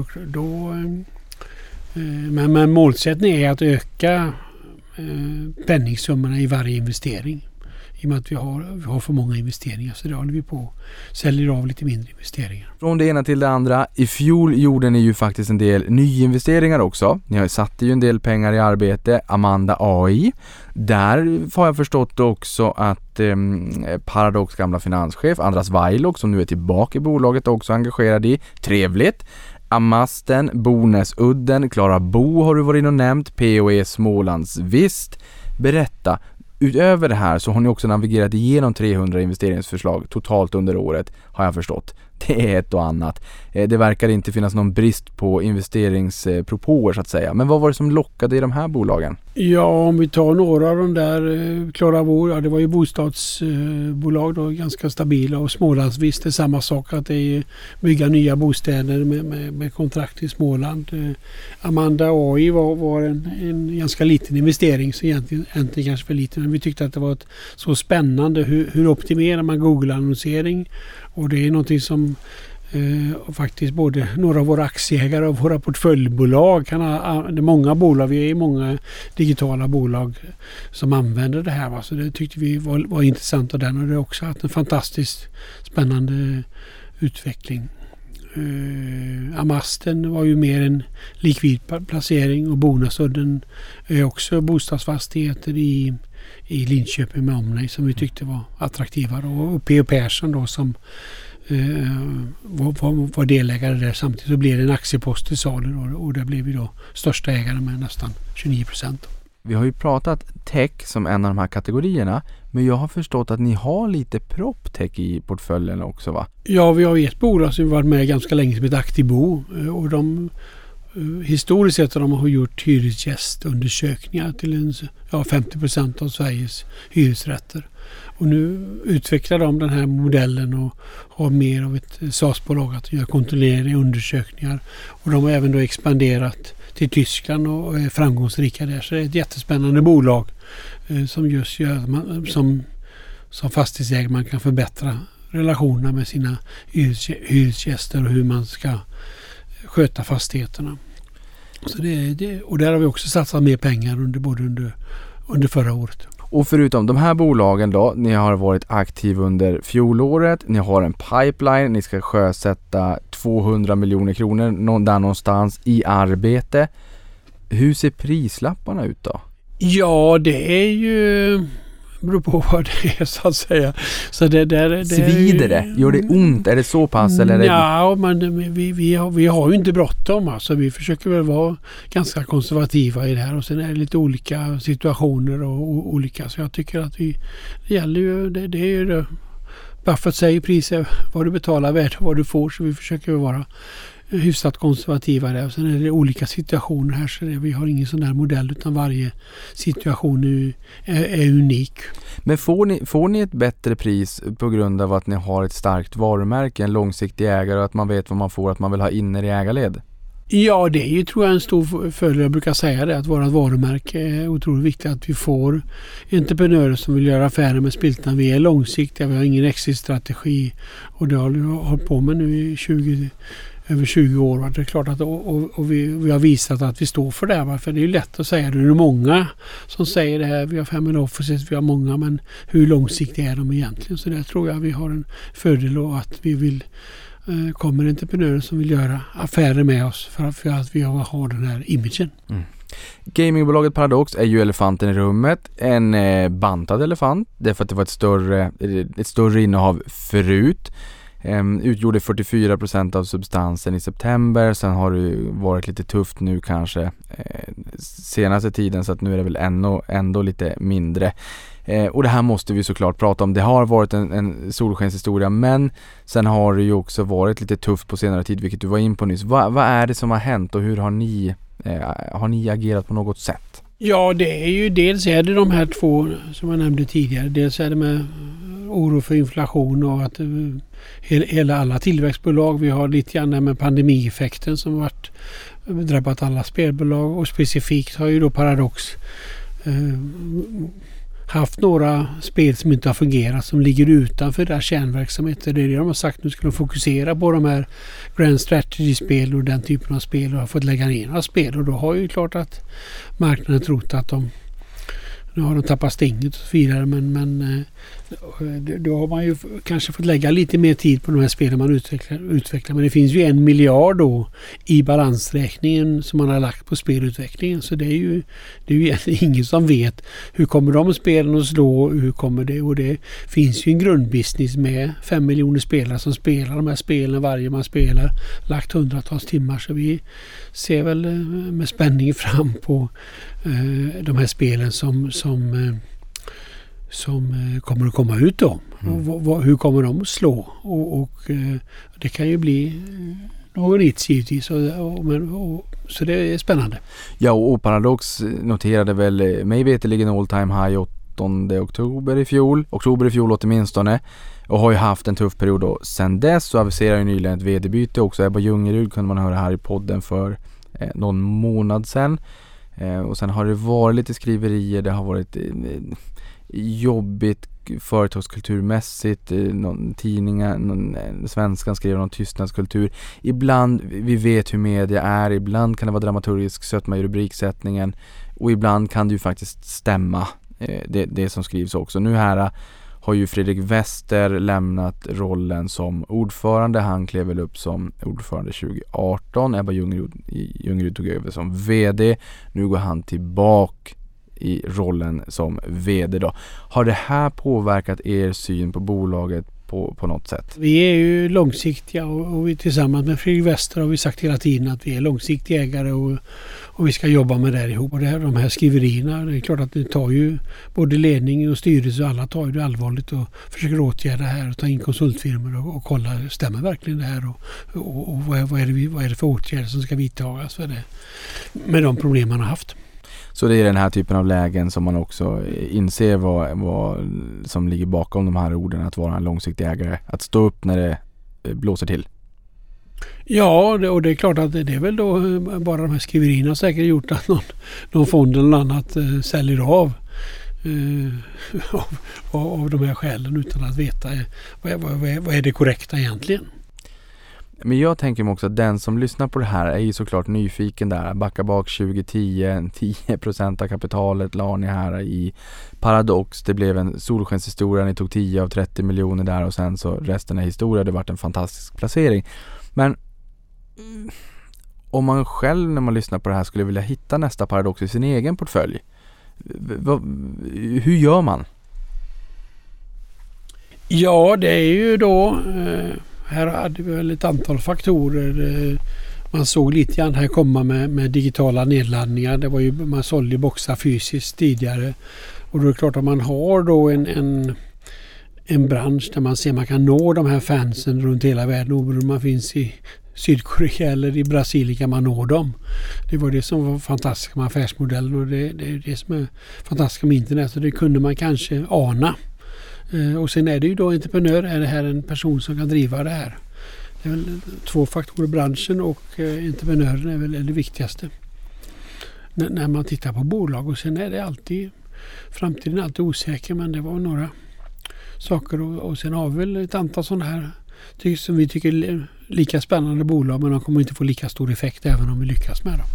men målsättningen är att öka penningsummorna i varje investering. I och med att vi har för många investeringar så det håller vi på säljer av lite mindre investeringar. Från det ena till det andra. I fjol gjorde ni ju faktiskt en del nyinvesteringar också. Ni har satt ju en del pengar i arbete. Amanda AI. Där har jag förstått också att Paradox gamla finanschef Andras Weilog som nu är tillbaka i bolaget också engagerad i. Trevligt. Amasten, Bonäsudden, Klara Bo har du varit in och nämnt, POE Smålands Vist. Berätta, utöver det här så har ni också navigerat igenom 300 investeringsförslag totalt under året, har jag förstått. Det är ett och annat. Det verkar inte finnas någon brist på investeringspropåer så att säga. Men vad var det som lockade i de här bolagen? Ja, om vi tar några av de där, Klara Bo, ja det var ju bostadsbolag då, ganska stabila och Smålandsvis det är samma sak att det är bygga nya bostäder med kontrakt i Småland. Amanda AI var en ganska liten investering så egentligen kanske för liten men vi tyckte att det var så spännande hur optimerar man Google-annonsering och det är någonting som faktiskt både några av våra aktieägare och våra portföljbolag det är många bolag, vi är många digitala bolag som använder det här va? Så det tyckte vi var intressant och det har också haft en fantastiskt spännande utveckling. Amasten var ju mer en likvid placering och Bonäsudden är också bostadsfastigheter i Linköping med omnejd som vi tyckte var attraktivare och P.O. Persson då som var delägare där samtidigt så blev det en aktiepost i salu och där blev vi då största ägare med nästan 29%. Vi har ju pratat tech som en av de här kategorierna men jag har förstått att ni har lite proptech i portföljen också va? Ja, vi har ett bolag som varit med ganska länge som heter Aktibo och de historiskt sett har de gjort hyresgästundersökningar till 50% av Sveriges hyresrätter. Och nu utvecklar de den här modellen och har mer av ett SAS-bolag att göra kontinuerliga undersökningar. Och de har även då expanderat till Tyskland och är framgångsrika där. Så det är ett jättespännande bolag som just gör som fastighetsägare man kan förbättra relationerna med sina hyresgäster och hur man ska sköta fastigheterna. Så och där har vi också satsat mer pengar under förra året. Och förutom de här bolagen då, ni har varit aktiv under fjolåret, ni har en pipeline, ni ska sjösätta 200 miljoner kronor där någonstans i arbete. Hur ser prislapparna ut då? Ja, det är ju beror på vad det är så att säga. Så Svider det? Gör det ont? Är det så pass? Eller ja, men vi har ju inte bråttom. Alltså. Vi försöker väl vara ganska konservativa i det här och sen är det lite olika situationer och olika. Så jag tycker att det gäller ju, det är ju det. Buffett säger priset vad du betalar värde vad du får så vi försöker vara hyfsat konservativa där. Och sen är det olika situationer här så vi har ingen sån där modell utan varje situation är unik. Men får ni ett bättre pris på grund av att ni har ett starkt varumärke, en långsiktig ägare och att man vet vad man får, att man vill ha inne i ägarled? Ja, det är ju tror jag en stor fördel. Jag brukar säga det att vårt varumärke är otroligt viktigt att vi får entreprenörer som vill göra affärer med Spiltan. Vi är långsiktiga, vi har ingen exit-strategi och det har vi hållit på med nu i över 20 år. Det är klart att och vi har visat att vi står för det här. För det är ju lätt att säga det. Det är många som säger det här. Vi har family offices, vi har många. Men hur långsiktiga är de egentligen? Så där tror jag vi har en fördel och att vi vill kommer entreprenörer som vill göra affärer med oss för att vi har den här imagen. Mm. Gamingbolaget Paradox är ju elefanten i rummet. En bantad elefant. Det är för att det var ett större innehav förut. Utgjorde 44% av substansen i september. Sen har det varit lite tufft nu kanske senaste tiden, så att nu är det väl ändå lite mindre. Och det här måste vi såklart prata om. Det har varit en solskenshistoria, men sen har det ju också varit lite tufft på senare tid, vilket du var in på nyss. Vad är det som har hänt och hur har ni agerat på något sätt? Ja, det är ju dels är det de här två som jag nämnde tidigare. Dels är det med oro för inflation och att alla tillväxtbolag, vi har lite grann med pandemieffekten som varit drabbat alla spelbolag, och specifikt har ju då Paradox haft några spel som inte har fungerat, som ligger utanför deras kärnverksamheter. Det är det de har sagt, nu ska de fokusera på de här Grand Strategy-spel och den typen av spel, och har fått lägga ner några spel, och då har ju klart att marknaden trott att nu har de tappat stinget och så vidare, men då har man ju kanske fått lägga lite mer tid på de här spelen man utvecklar. Men det finns ju 1 miljard då i balansräkningen som man har lagt på spelutvecklingen, så det är ju ingen som vet hur kommer de spelen att slå, hur kommer det, och det finns ju en grundbusiness med 5 miljoner spelare som spelar de här spelen varje man spelar, lagt hundratals timmar, så vi ser väl med spänning fram på de här spelen som kommer att komma ut då. Och hur kommer de att slå? Och det kan ju bli någon hits givetvis. Så det är spännande. Ja, och Paradox noterade väl mig veterligen all time high 8 oktober i fjol åtminstone, och har ju haft en tuff period då. Sen dess så aviserar ju nyligen ett vd-byte också. Ebba Ljungerud kunde man höra här i podden för någon månad sedan. Och sen har det varit lite skriverier, det har varit jobbigt företagskulturmässigt, Svenskan skrev om tystnadskultur. Ibland, vi vet hur media är, ibland kan det vara dramaturgisk sötma i rubriksättningen, och ibland kan det ju faktiskt stämma det som skrivs också. Nu här har ju Fredrik Wester lämnat rollen som ordförande. Han klev väl upp som ordförande 2018. Ebba Ljungerud tog över som vd. Nu går han tillbaka i rollen som vd då. Har det här påverkat er syn på bolaget på något sätt? Vi är ju långsiktiga, och vi tillsammans med Fredrik Wester har vi sagt hela tiden att vi är långsiktiga ägare, och vi ska jobba med det här ihop. Och de här skriverierna, det är klart att det tar ju både ledningen och styrelse och alla tar ju det allvarligt och försöker åtgärda det här och ta in konsultfirmor och kolla, stämmer verkligen det här, och vad är det för åtgärder som ska vidtagas för det med de problem man har haft. Så det är den här typen av lägen som man också inser vad som ligger bakom de här orden, att vara en långsiktig ägare, att stå upp när det blåser till. Ja, och det är klart att det är väl då bara de här skriverierna säkert gjort att någon fond eller annat säljer av de här skälen utan att veta vad är det korrekta egentligen. Men jag tänker mig också att den som lyssnar på det här är ju såklart nyfiken där. Backa bak 2010, 10% av kapitalet la ni här i Paradox. Det blev en solskenshistoria, ni tog 10 av 30 miljoner där, och sen så resten är historia. Det har varit en fantastisk placering. Men om man själv när man lyssnar på det här skulle vilja hitta nästa Paradox i sin egen portfölj, hur gör man? Ja, det är ju då... Här hade vi väl ett antal faktorer. Man såg lite grann här komma med digitala nedladdningar. Det var ju, man sålde boxar fysiskt tidigare. Och då är det klart att man har då en bransch där man ser man kan nå de här fansen runt hela världen. Oberoende man finns i Sydkorea eller i Brasilien kan man nå dem. Det var det som var fantastiskt med affärsmodellen, och det är det som är fantastiskt med internet. Så det kunde man kanske ana. Och sen är det ju då entreprenör, är det här en person som kan driva det här. Det är väl 2 faktorer, branschen och entreprenören är väl det viktigaste. När man tittar på bolag, och sen är det alltid, framtiden är alltid osäker, men det var några saker, och sen har vi väl ett antal sådana här som vi tycker är lika spännande bolag, men de kommer inte få lika stor effekt även om vi lyckas med dem.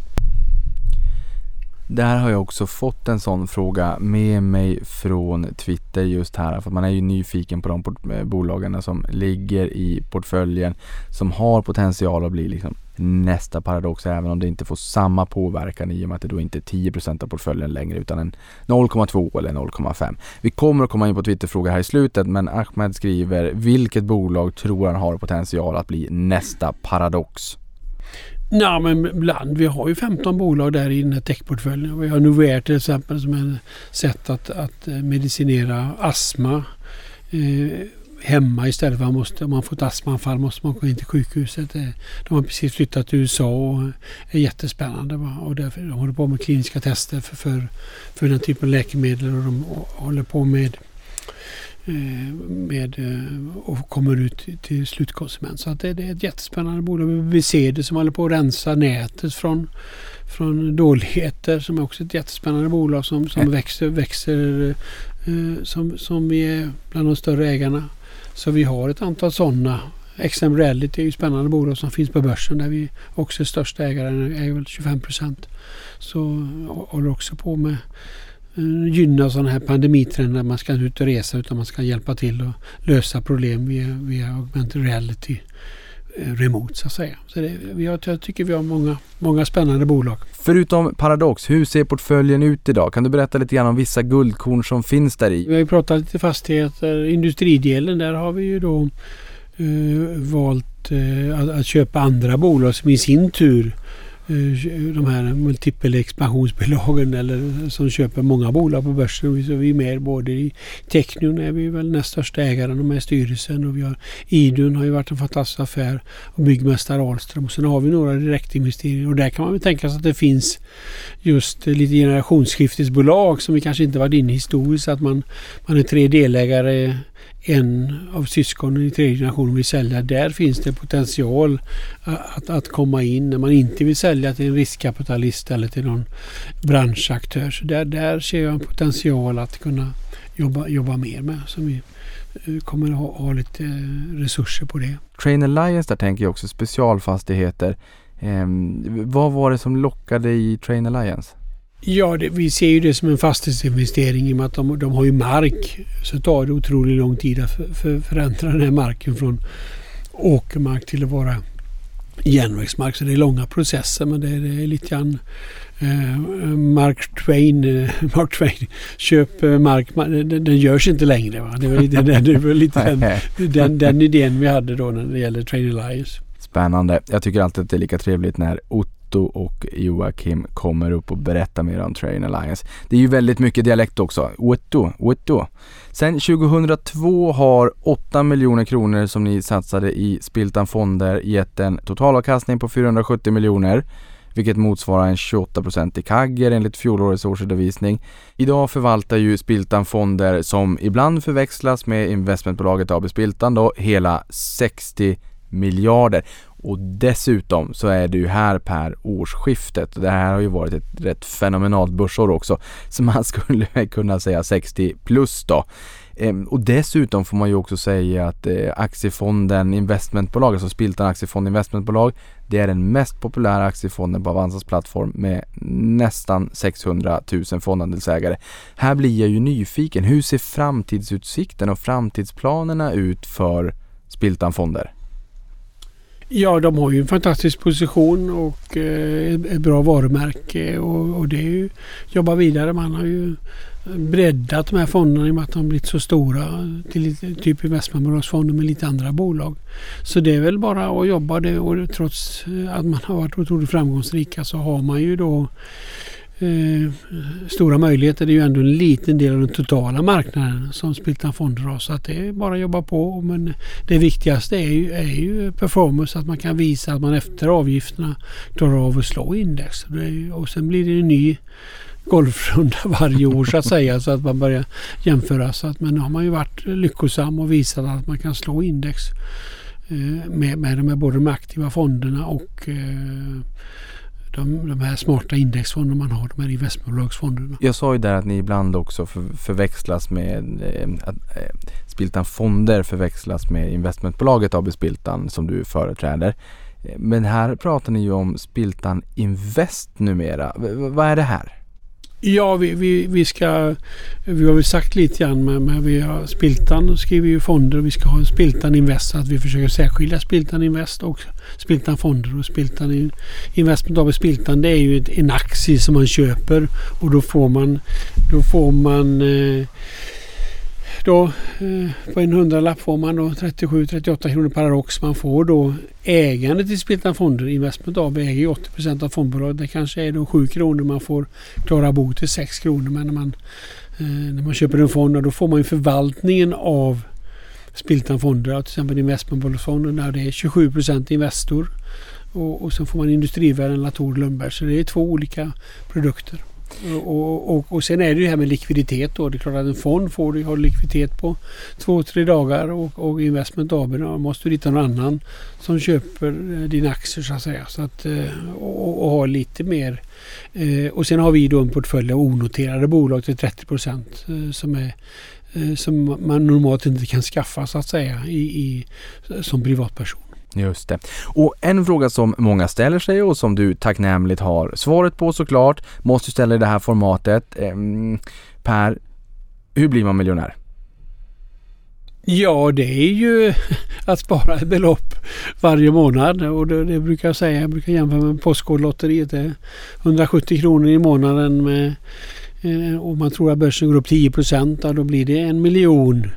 Där har jag också fått en sån fråga med mig från Twitter just här, för man är ju nyfiken på de bolagen som ligger i portföljen som har potential att bli liksom nästa Paradox, även om det inte får samma påverkan i och med att det då inte är 10% av portföljen längre utan en 0,2 eller 0,5. Vi kommer att komma in på Twitterfrågor här i slutet, men Ahmed skriver: vilket bolag tror han har potential att bli nästa Paradox? Nej, men vi har ju 15 bolag där i den här techportföljen. Vi har Novair till exempel som är ett sätt att medicinera astma hemma istället för att om man får ett astmaanfall måste man gå in till sjukhuset. De har precis flyttat till USA och är jättespännande. Och därför de håller på med kliniska tester för den typen av läkemedel och de håller på med och kommer ut till slutkonsument. Så att det är ett jättespännande bolag. Vi ser det som håller på att rensa nätet från dåligheter, som är också ett jättespännande bolag som växer som vi är bland de större ägarna. Så vi har ett antal sådana. XM Reality är ju spännande bolag som finns på börsen där vi också är största ägaren, är väl 25%. Så håller också på med gynna sådana här pandemitrender. Man ska inte ut och resa utan man ska hjälpa till och lösa problem via augmented reality remote så att säga. Så jag tycker vi har många spännande bolag. Förutom Paradox, hur ser portföljen ut idag? Kan du berätta lite grann om vissa guldkorn som finns där i? Vi har ju pratat lite fastigheter. Industridelen, där har vi ju då valt att köpa andra bolag som i sin tur de här multipla expansionsbolagen eller som köper många bolag på börsen. Så vi är med både i Technion är vi väl näst största ägaren och med styrelsen, och vi har Idun har ju varit en fantastisk affär, och Byggmästare Ahlström, och sen har vi några direktinvesteringar, och där kan man väl tänka sig att det finns just lite generationsskiftesbolag som vi kanske inte varit inne i historiskt, att man är 3 delägare, en av syskonen i 3 generationen vill sälja. Där finns det potential att komma in när man inte vill sälja till en riskkapitalist eller till någon branschaktör. Så där ser jag en potential att kunna jobba mer med, som vi kommer att ha lite resurser på det. Train Alliance, där tänker jag också specialfastigheter. Vad var det som lockade i Train Alliance? Ja, vi ser ju det som en fastighetsinvestering i och med att de har ju mark, så tar det otroligt lång tid att förändra den här marken från åkermark till att vara järnvägsmark, så det är långa processer, men det är lite grann Mark Twain köp mark, den görs inte längre, va? Det var lite den idén vi hade då när det gäller Train Alliance. Spännande. Jag tycker alltid att det är lika trevligt när Otto och Joakim kommer upp och berättar mer om Train Alliance. Det är ju väldigt mycket dialekt också. Otto. Sen 2002 har 8 miljoner kronor som ni satsade i Spiltan Fonder gett en totalavkastning på 470 miljoner, vilket motsvarar en 28% i CAGR enligt fjolårets årsredovisning. Idag förvaltar ju Spiltan Fonder, som ibland förväxlas med investmentbolaget AB Spiltan, då hela 60 miljarder. Och dessutom så är det ju här per årsskiftet. Det här har ju varit ett rätt fenomenalt börsår också, så man skulle kunna säga 60 plus då. Och dessutom får man ju också säga att aktiefonden investmentbolag, alltså Spiltan Aktiefond Investmentbolag, det är den mest populära aktiefonden på Avanzas plattform med nästan 600 000 fondandelsägare. Här blir jag ju nyfiken. Hur ser framtidsutsikten och framtidsplanerna ut för Spiltan Fonder? Ja, de har ju en fantastisk position och ett bra varumärke, och det är ju jobba vidare. Man har ju breddat de här fonderna i och med att de har blivit så stora till typ investmentbolagsfonder med lite andra bolag. Så det är väl bara att jobba det, och trots att man har varit otroligt framgångsrika så har man ju då stora möjligheter. Det är ju ändå en liten del av den totala marknaden som Spiltan Fonder har, så att det är bara att jobba på. Men det viktigaste är ju performance, att man kan visa att man efter avgifterna klarar av att slå index. Och sen blir det en ny golfrunda varje år så att säga, så att man börjar jämföra. Så att, men nu har man ju varit lyckosam och visat att man kan slå index med både de aktiva fonderna och de här smarta indexfonderna man har, de här investmentbolagsfonderna. Jag sa ju där att ni ibland också förväxlas med att Spiltan Fonder förväxlas med investmentbolaget AB Spiltan som du företräder. Men här pratar ni ju om Spiltan Invest numera. Vad är det här? Ja, vi har väl sagt lite grann med vi har Spiltan och skriver ju fonder och vi ska ha en Spiltan Invest, att vi försöker särskilja Spiltan Invest och Spiltan Fonder. Och Spiltan Investment av Spiltan, det är ju en aktie som man köper och då får man på en 100-lapp får man då 37-38 kronor per rox. Man får då ägande till Spiltan Fonder. Investment AB äger 80% av fondbolaget. Det kanske är då 7 kronor man får klara bo till 6 kronor. Men när man köper en fond, då får man ju förvaltningen av Spiltan Fonder. Till exempel investmentbolagsfonden där det är 27% Investor. Och så får man Industrivärden, Latour, Lundberg. Så det är 2 olika produkter. Och sen är det ju här med likviditet då. Det är klart att en fond får du ha likviditet på 2-3 dagar och Investment AB måste du hitta någon annan som köper dina aktier så att säga. Så att, och ha lite mer. Och sen har vi då en portfölj av onoterade bolag till 30% som man normalt inte kan skaffa så att säga som privatperson. Just det. Och en fråga som många ställer sig och som du tacknämligt har svaret på såklart, måste ställa i det här formatet. Per, hur blir man miljonär? Ja, det är ju att spara ett belopp varje månad och det brukar jag säga. Jag brukar jämföra med Postkodlotteriet. Det är 170 kronor i månaden och man tror att börsen går upp 10%, då blir det 1 miljon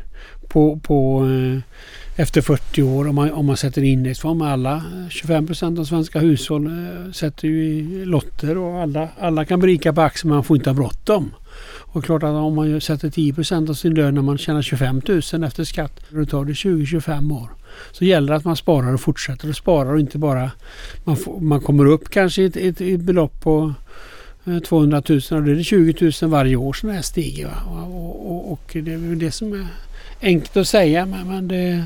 på efter 40 år om man sätter indexfond. Alla 25% av svenska hushåll sätter ju i lotter och alla kan berika på aktier, men man får inte ha bråttom. Och klart att om man sätter 10% av sin lön när man tjänar 25 000 efter skatt, då tar det 20-25 år. Så gäller det att man sparar och fortsätter att spara och inte bara man kommer upp kanske ett belopp på 200 000 och då är det 20 000 varje år som det här stiger. Och det är väl det som är enkelt att säga, men det är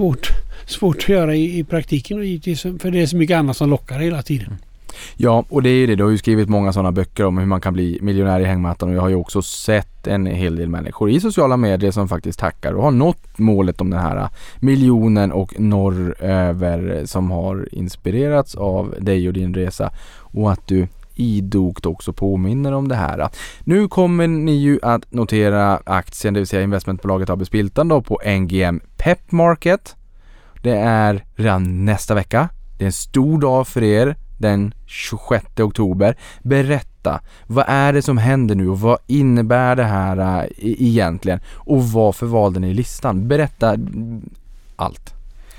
svårt att göra i praktiken och givetvis, för det är så mycket annat som lockar hela tiden. Ja, och det är ju det. Du har ju skrivit många sådana böcker om hur man kan bli miljonär i hängmattan och jag har ju också sett en hel del människor i sociala medier som faktiskt tackar och har nått målet om den här miljonen och norröver som har inspirerats av dig och din resa och att du idogt också påminner om det här. Nu kommer ni ju att notera aktien, det vill säga investmentbolaget AB Spiltan då, på NGM Pep Market. Det är redan nästa vecka. Det är en stor dag för er, den 26 oktober. Berätta, vad är det som händer nu och vad innebär det här egentligen? Och varför valde ni listan? Berätta allt.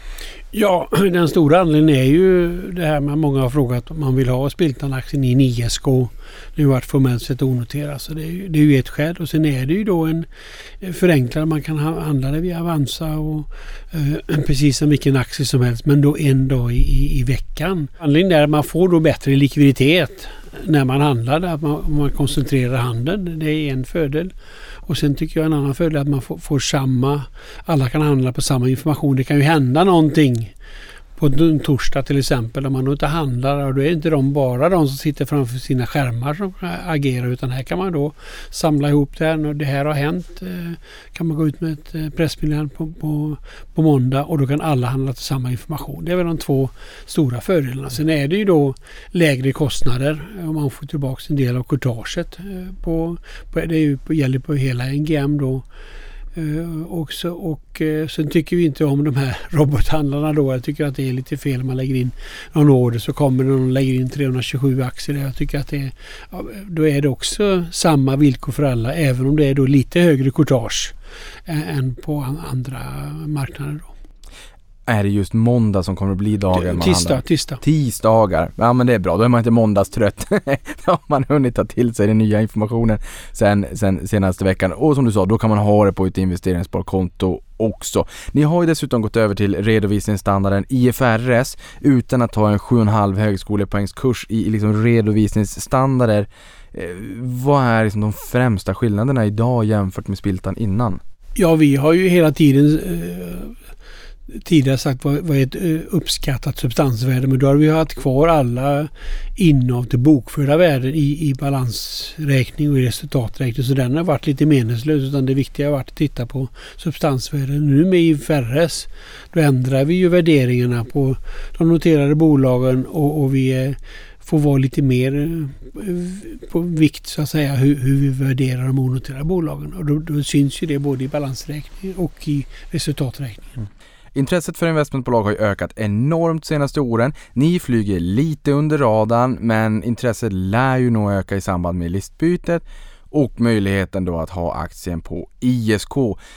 Ja, den stora anledningen är ju det här med många har frågat om man vill ha Spiltan-aktien i en ISK. Det har varit formellt sett onoterat, så det är ju ett skäl. Och sen är det ju då en förenklare, man kan handla det via Avanza och precis som vilken aktie som helst, men då en dag i veckan. Anledningen är att man får då bättre likviditet när man handlar, att man koncentrerar handeln. Det är en fördel. Och sen tycker jag en annan fördel är att man får alla kan handla på samma information. Det kan ju hända någonting på en torsdag till exempel om man inte handlar, och då är inte bara de som sitter framför sina skärmar som agerar, utan här kan man då samla ihop det här. När det här har hänt kan man gå ut med ett pressmeddelande på måndag och då kan alla handla till samma information. Det är väl de 2 stora fördelarna. Sen är det ju då lägre kostnader om man får tillbaka en del av courtaget. Det gäller på hela NGM då. Och sen tycker vi inte om de här robothandlarna då. Jag tycker att det är lite fel om man lägger in någon order så kommer någon och lägger in 327 aktier. Jag tycker att då är det också samma villkor för alla, även om det är då lite högre courtage än på andra marknader då. Är det just måndag som kommer att bli dagen man handlar? Tisdagar. Ja, men det är bra. Då är man inte måndagstrött. Då har man hunnit ta till sig den nya informationen sen senaste veckan. Och som du sa, då kan man ha det på ett investeringssparkonto också. Ni har ju dessutom gått över till redovisningsstandarden IFRS utan att ta en 7,5 högskolepoängskurs i liksom redovisningsstandarder. Vad är liksom de främsta skillnaderna idag jämfört med Spiltan innan? Ja, vi har ju hela tiden tidigare sagt vad är ett uppskattat substansvärde, men då har vi haft kvar alla innehav till bokförda värden i balansräkning och i resultaträkning, så den har varit lite meningslös, utan det viktiga har varit att titta på substansvärden. Nu med IFRS då ändrar vi ju värderingarna på de noterade bolagen och vi får vara lite mer på vikt så att säga hur vi värderar och monoterar bolagen. Och då syns ju det både i balansräkningen och i resultaträkningen. Intresset för investmentbolag har ju ökat enormt senaste åren. Ni flyger lite under radarn, men intresset lär ju nog öka i samband med listbytet och möjligheten då att ha aktien på ISK.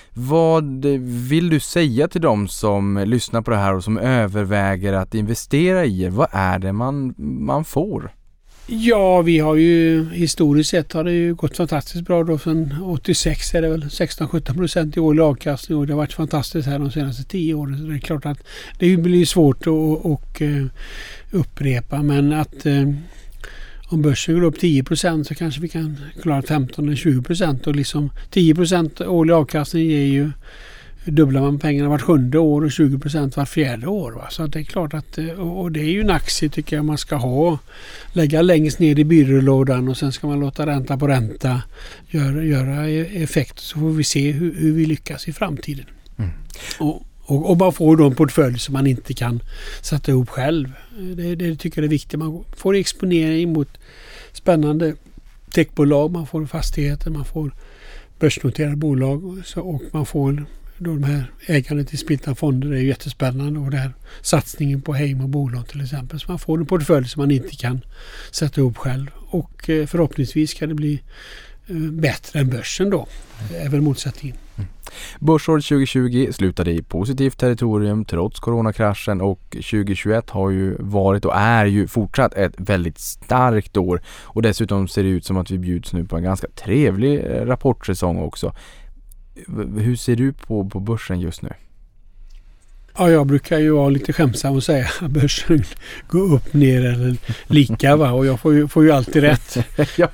Vad vill du säga till dem som lyssnar på det här och som överväger att investera i er? Vad är det man får? Ja, vi har ju historiskt sett har det ju gått fantastiskt bra då. Sedan 86 är det väl 16-17% i årlig avkastning och det har varit fantastiskt här de senaste 10 åren. Så det är klart att det blir svårt att upprepa, men att om börsen går upp 10% så kanske vi kan klara 15-20% och liksom 10% årlig avkastning ger ju dubblar man pengarna vart 7:e år och 20% vart 4:e år. Va? Så det är klart att, och det är ju en aktie tycker jag man ska ha. Lägga längst ner i byrålådan och sen ska man låta ränta på ränta göra effekt, så får vi se hur vi lyckas i framtiden. Mm. Och man får då en portfölj som man inte kan sätta ihop själv. Det tycker jag är viktigt. Man får exponering mot spännande techbolag, man får fastigheter, man får börsnoterade bolag och man får då de här ägandet i splittade fonder är ju jättespännande, och det här satsningen på hem och bolag till exempel. Så man får en portfölj som man inte kan sätta ihop själv, och förhoppningsvis ska det bli bättre än börsen då. Är väl motsättningen. Börsåret 2020 slutade i positivt territorium trots coronakraschen, och 2021 har ju varit och är ju fortsatt ett väldigt starkt år, och dessutom ser det ut som att vi bjuds nu på en ganska trevlig rapportsäsong också. Hur ser du på börsen just nu? Ja, jag brukar ju vara lite skämsam och säga att börsen går upp, ner eller lika, va? Och jag får ju alltid rätt. Ja,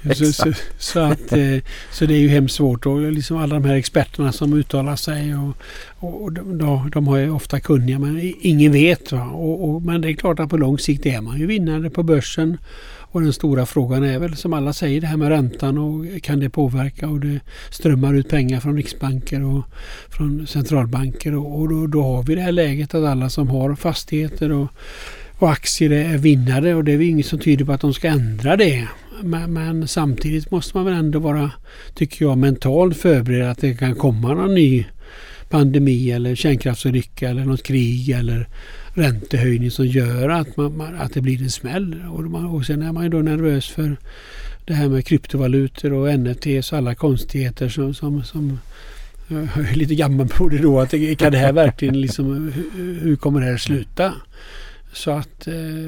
så det är ju hemskt svårt, och liksom alla de här experterna som uttalar sig och de har ju ofta kunniga, men ingen vet, va? Men det är klart att på lång sikt är man ju vinnare på börsen. Och den stora frågan är väl, som alla säger, det här med räntan, och kan det påverka, och det strömmar ut pengar från riksbanker och från centralbanker, och då har vi det här läget att alla som har fastigheter och aktier är vinnare, och det är ju inget som tyder på att de ska ändra det. Men samtidigt måste man väl ändå vara, tycker jag, mentalt förberedd att det kan komma någon ny pandemi eller kärnkraftsolycka eller något krig eller räntehöjning som gör att det blir en smäll. Och sen är man ju då nervös för det här med kryptovalutor och NFTs och alla konstigheter som jag är lite gammal på det då, att kan det här verkligen liksom, hur kommer det här sluta? Så att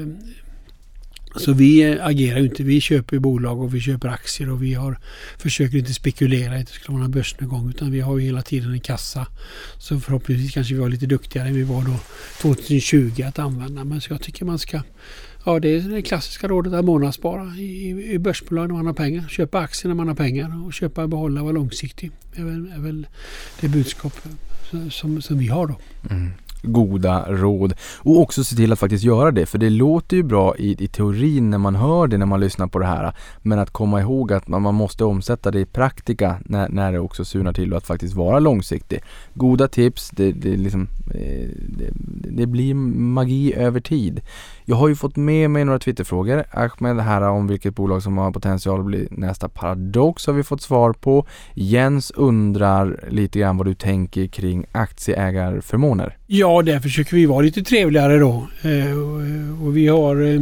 så vi agerar ju inte, vi köper bolag och vi köper aktier, och vi försöker inte spekulera i att det ska vara en börsnedgång, utan vi har ju hela tiden en kassa, så förhoppningsvis kanske vi var lite duktigare än vi var då 2020 att använda. Men så jag tycker man ska, ja, det är det klassiska rådet att månadsspara i börsbolag när man har pengar, köpa aktier när man har pengar, och köpa och behålla och vara långsiktig är väl det budskap som vi har då. Mm. Goda råd, och också se till att faktiskt göra det, för det låter ju bra i teorin när man hör det, när man lyssnar på det här, men att komma ihåg att man måste omsätta det i praktika när det också surnar till, och att faktiskt vara långsiktig. Goda tips, det blir magi över tid. Jag har ju fått med mig några Twitterfrågor. Ahmed här om vilket bolag som har potential att bli nästa Paradox har vi fått svar på. Jens undrar lite grann vad du tänker kring aktieägarförmåner. Ja, där försöker vi vara lite trevligare då. Och vi har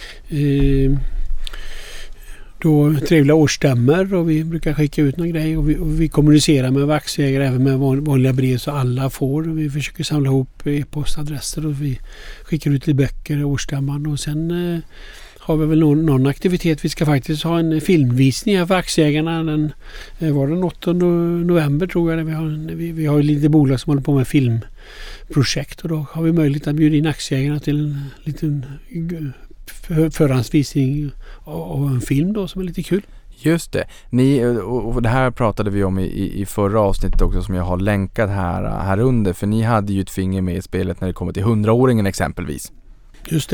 då trevliga årsstämmor, och vi brukar skicka ut några grejer, och vi kommunicerar med aktieägare även med vanliga brev, så alla får. Vi försöker samla ihop e-postadresser, och vi skickar ut lite böcker, årsstämman, och sen har vi väl någon aktivitet. Vi ska faktiskt ha en filmvisning här för aktieägarna den 8 november tror jag. Vi har lite bolag som håller på med filmprojekt, och då har vi möjlighet att bjuda in aktieägarna till en liten förhandsvisning av en film då, som är lite kul. Just det. Och det här pratade vi om i förra avsnittet också, som jag har länkat här under, för ni hade ju ett finger med i spelet när det kommer till 100-åringen exempelvis. Just det.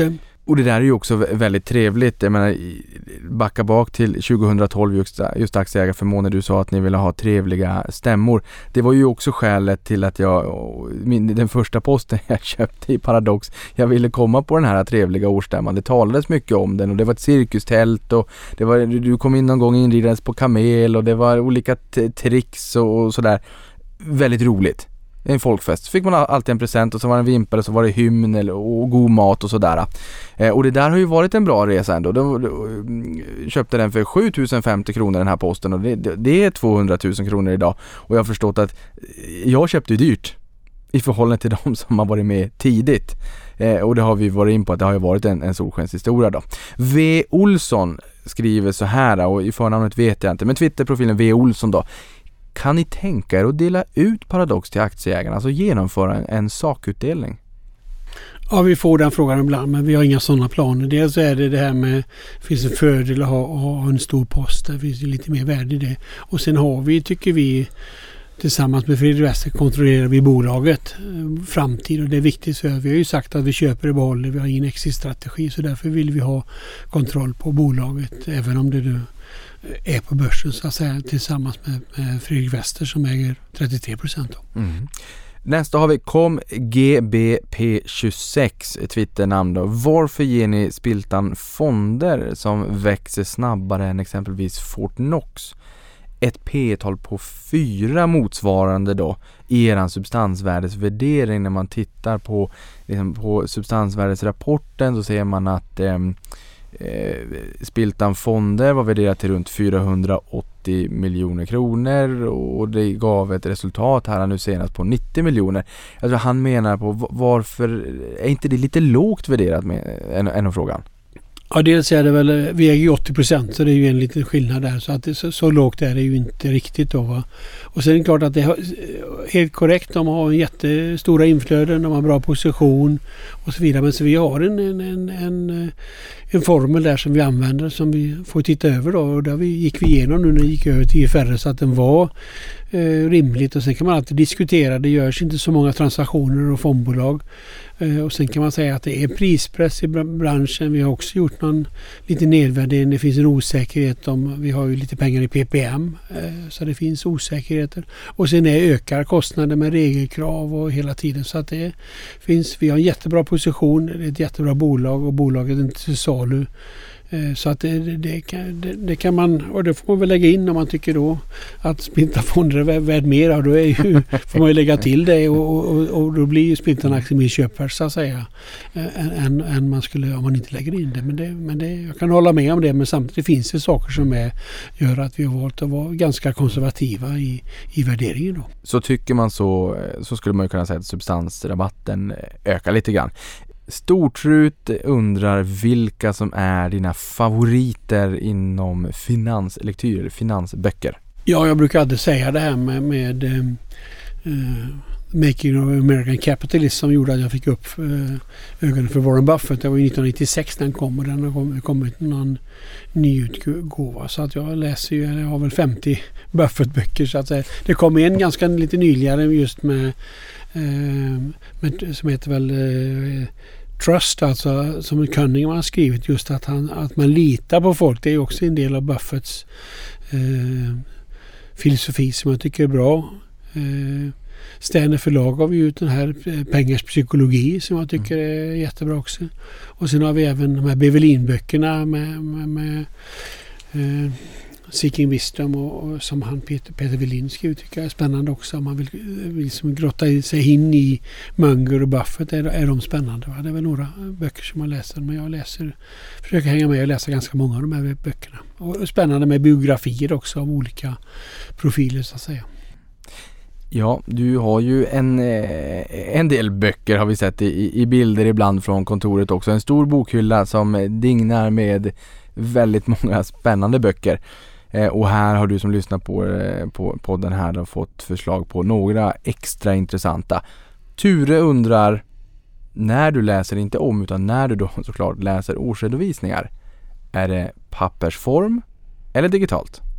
Och det där är ju också väldigt trevligt. Jag menar, backa bak till 2012 just aktieägarförmåner. Du sa att ni ville ha trevliga stämmor. Det var ju också skälet till att den första posten jag köpte i Paradox, jag ville komma på den här trevliga årsstämman. Det talades mycket om den och det var ett cirkustält och du kom in någon gång inridades på kamel och det var olika tricks och sådär. Väldigt roligt. En folkfest. Så fick man alltid en present och så var det en vimpare, så var det hymn och god mat och sådär. Och det där har ju varit en bra resa ändå. Då köpte den för 7050 kronor den här posten och det är 200 000 kronor idag. Och jag har förstått att jag köpte ju dyrt i förhållande till de som har varit med tidigt. Och det har vi varit in på att det har ju varit en solskenshistoria då. V. Olsson skriver så här, och i förnamnet vet jag inte, men Twitterprofilen V. Olsson då. Kan ni tänka er att dela ut Paradox till aktieägarna, alltså genomföra en sakutdelning? Ja, vi får den frågan ibland, men vi har inga sådana planer. Dels är det här med, finns en fördel att ha en stor post, det finns lite mer värde i det. Och sen har vi, tycker vi, tillsammans med Fredrik Wester kontrollerar vi bolaget framtid, och det är viktigt för vi har ju sagt att vi köper och behåller, vi har ingen exit-strategi, så därför vill vi ha kontroll på bolaget även om det nu är på börsen så att säga, tillsammans med Fredrik Wester som äger 33%. Mm. Nästa har vi GBP26 Twitternamn då. Varför ger ni Spiltan fonder som växer snabbare än exempelvis Fortnox? Ett P-tal på 4 motsvarande då i eran substansvärdesvärdering. När man tittar på substansvärdesrapporten så ser man att Spiltan fonder var värderat till runt 480 miljoner kronor och det gav ett resultat här nu senast på 90 miljoner. Jag tror han menar på varför är inte det lite lågt värderat med en frågan? Ja, dels är det väl, vi äger ju 80% så det är ju en liten skillnad där, så att så lågt är det ju inte riktigt då, va? Och sen är det klart att det är helt korrekt, de har en jättestora inflöden, de har bra position och så vidare, men så vi har en formel där som vi använder som vi får titta över då, och där gick vi igenom nu när det gick över till IFRS så att den var rimligt, och sen kan man alltid diskutera, det görs inte så många transaktioner och fondbolag. Och sen kan man säga att det är prispress i branschen. Vi har också gjort någon lite nedvärdering. Det finns en osäkerhet om, vi har ju lite pengar i PPM så det finns osäkerheter. Och sen ökar kostnader med regelkrav och hela tiden. Så att det finns, vi har en jättebra position, det är ett jättebra bolag och bolaget är inte till salu. Så att det kan man, och det får man väl lägga in om man tycker då att Spiltan-fonder är värd mer, och då får man ju lägga till det och då blir ju Spiltan-aktier mer köpvärd så att säga än man skulle om man inte lägger in det. Men det, jag kan hålla med om det, men samtidigt finns det saker som gör att vi har valt att vara ganska konservativa i värderingen då. Så tycker man så skulle man ju kunna säga att substansrabatten ökar lite grann. Stortrut undrar vilka som är dina favoriter inom finanslektyr, finansböcker. Ja, jag brukar alltid säga det här med Making of American Capitalist som gjorde att jag fick upp ögonen för Warren Buffett. Det var 1996 den kom, och den har kommit någon nyutgåva. Så att jag läser ju, jag har väl 50 Buffett-böcker så att säga. Det kom en ganska lite nyligare just med som heter väl Trust, alltså som Cunningham har skrivit, just att man litar på folk. Det är också en del av Buffetts filosofi som jag tycker är bra. Sterner förlag har vi ut den här Pengars psykologi som jag tycker är jättebra också. Och sen har vi även de här Bevelin-böckerna med Seeking Wisdom och som han Peter Velin skriver, tycker jag är spännande också. Om man vill liksom grotta sig in i Munger och Buffett är de spännande. Va? Det är väl några böcker som man läser, men jag försöker hänga med och läsa ganska många av de här böckerna. Och spännande med biografier också av olika profiler så att säga. Ja, du har ju en del böcker har vi sett i bilder ibland från kontoret också. En stor bokhylla som dignar med väldigt många spännande böcker. Och här har du som lyssnar på podden här då fått förslag på några extra intressanta. Ture undrar, när du läser inte om utan när du då såklart läser årsredovisningar, är det pappersform eller digitalt?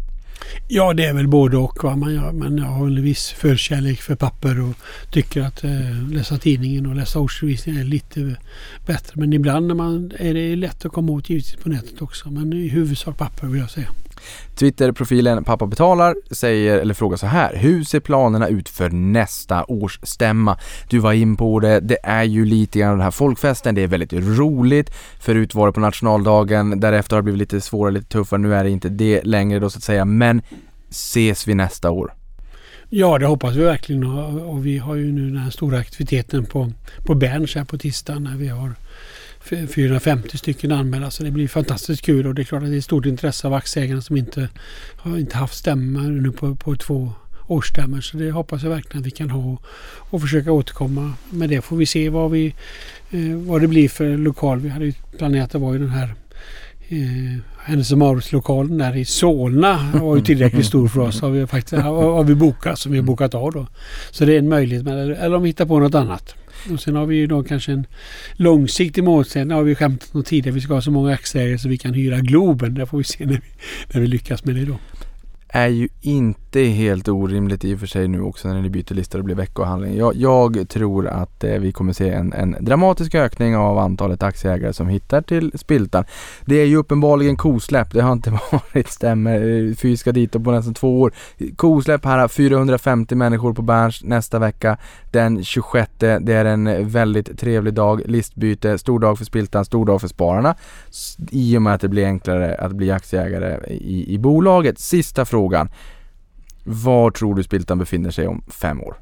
Ja, det är väl både och vad man gör. Men jag har en viss förkärlek för papper och tycker att läsa tidningen och läsa årsredovisningen är lite bättre. Men ibland är det lätt att komma åt givetvis på nätet också. Men i huvudsak papper vill jag säga. Twitterprofilen Pappa betalar frågar så här: hur ser planerna ut för nästa års stämma? Du var in på det, det är ju lite grann den här folkfesten, det är väldigt roligt. Förut var det på nationaldagen, därefter har det blivit lite svårare, lite tuffare, nu är det inte det längre då så att säga, men ses vi nästa år? Ja, det hoppas vi verkligen och vi har ju nu den här stora aktiviteten på Berns här på tisdagen när vi har 450 stycken anmälda, så det blir fantastiskt kul och det är klart att det är stort intresse av aktieägarna som inte har haft stämmor nu på 2 årsstämmor, så det hoppas jag verkligen att vi kan ha och försöka återkomma med det. Får vi se vad det blir för lokal. Vi hade ju planerat att vara i den här Hennes & Mauritz-lokalen där i Solna var ju tillräckligt stor för oss, har vi bokat, som vi har bokat av då. Så det är en möjlighet, eller om vi hittar på något annat. Och sen har vi ju då kanske en långsiktig målsättning. Har vi skämtat något tidigare. Vi ska ha så många aktieägare så vi kan hyra Globen. Det får vi se när vi lyckas med det då. Är ju inte helt orimligt i och för sig nu också när ni byter listor och blir veckohandling. Jag tror att vi kommer se en dramatisk ökning av antalet aktieägare som hittar till Spiltan. Det är ju uppenbarligen kosläpp. Det har inte varit fysiska dit på nästan 2 år. Kosläpp här, 450 människor på Berns nästa vecka. Den 26. Det är en väldigt trevlig dag. Listbyte, stor dag för Spiltan, stor dag för spararna. I och med att det blir enklare att bli aktieägare i bolaget. Sista frågan. Var tror du Spiltan befinner sig om 5 år?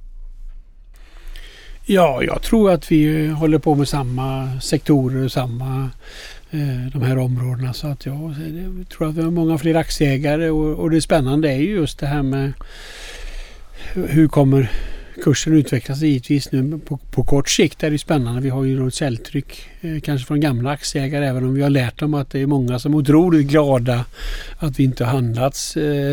Ja, jag tror att vi håller på med samma sektorer och samma de här områdena, så att jag tror att vi har många fler aktieägare och det spännande är ju just det här med hur kommer kursen utvecklas. Givetvis nu på kort sikt är det spännande. Vi har ju något säljtryck kanske från gamla aktieägare, även om vi har lärt dem att det är många som är otroligt glada att vi inte har handlats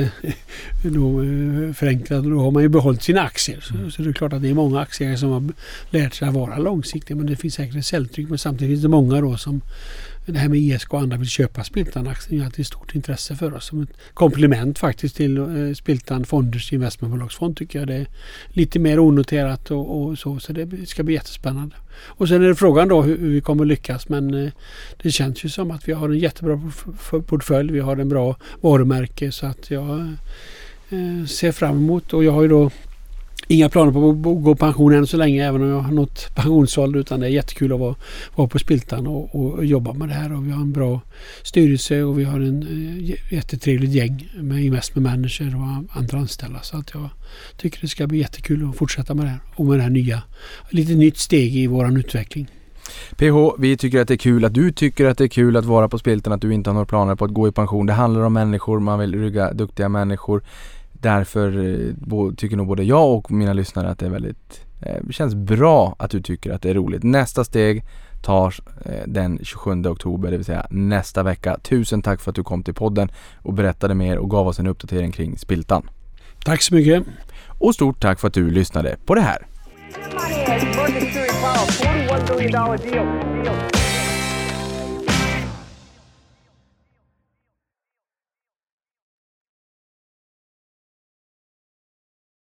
förenklat. Då har man ju behållit sina aktier. Så det är klart att det är många aktieägare som har lärt sig att vara långsiktiga, men det finns säkert ett säljtryck, men samtidigt finns det många då som det här med ISK och andra vill köpa Spiltan-aktien är alltid stort intresse för oss. Som ett komplement faktiskt till Spiltan Fonders investmentbolagsfond tycker jag det är lite mer onoterat och så det ska bli jättespännande. Och sen är det frågan då hur vi kommer lyckas, men det känns ju som att vi har en jättebra portfölj, vi har en bra varumärke, så att jag ser fram emot, och jag har ju då inga planer på att gå pension än så länge, även om jag har nått pensionsålder, utan det är jättekul att vara på Spiltan och jobba med det här, och vi har en bra styrelse och vi har en jättetrevligt gäng med investment manager och andra anställda, så att jag tycker det ska bli jättekul att fortsätta med det här och med det här lite nytt steg i våran utveckling. PH, vi tycker att det är kul att du tycker att det är kul att vara på Spiltan, att du inte har några planer på att gå i pension. Det handlar om människor, man vill rygga duktiga människor. Därför tycker nog både jag och mina lyssnare att det är det känns bra att du tycker att det är roligt. Nästa steg tar den 27 oktober, det vill säga nästa vecka. Tusen tack för att du kom till podden och berättade mer och gav oss en uppdatering kring Spiltan. Tack så mycket. Och stort tack för att du lyssnade på det här. Your money is. Mercury Power, $41 billion deal.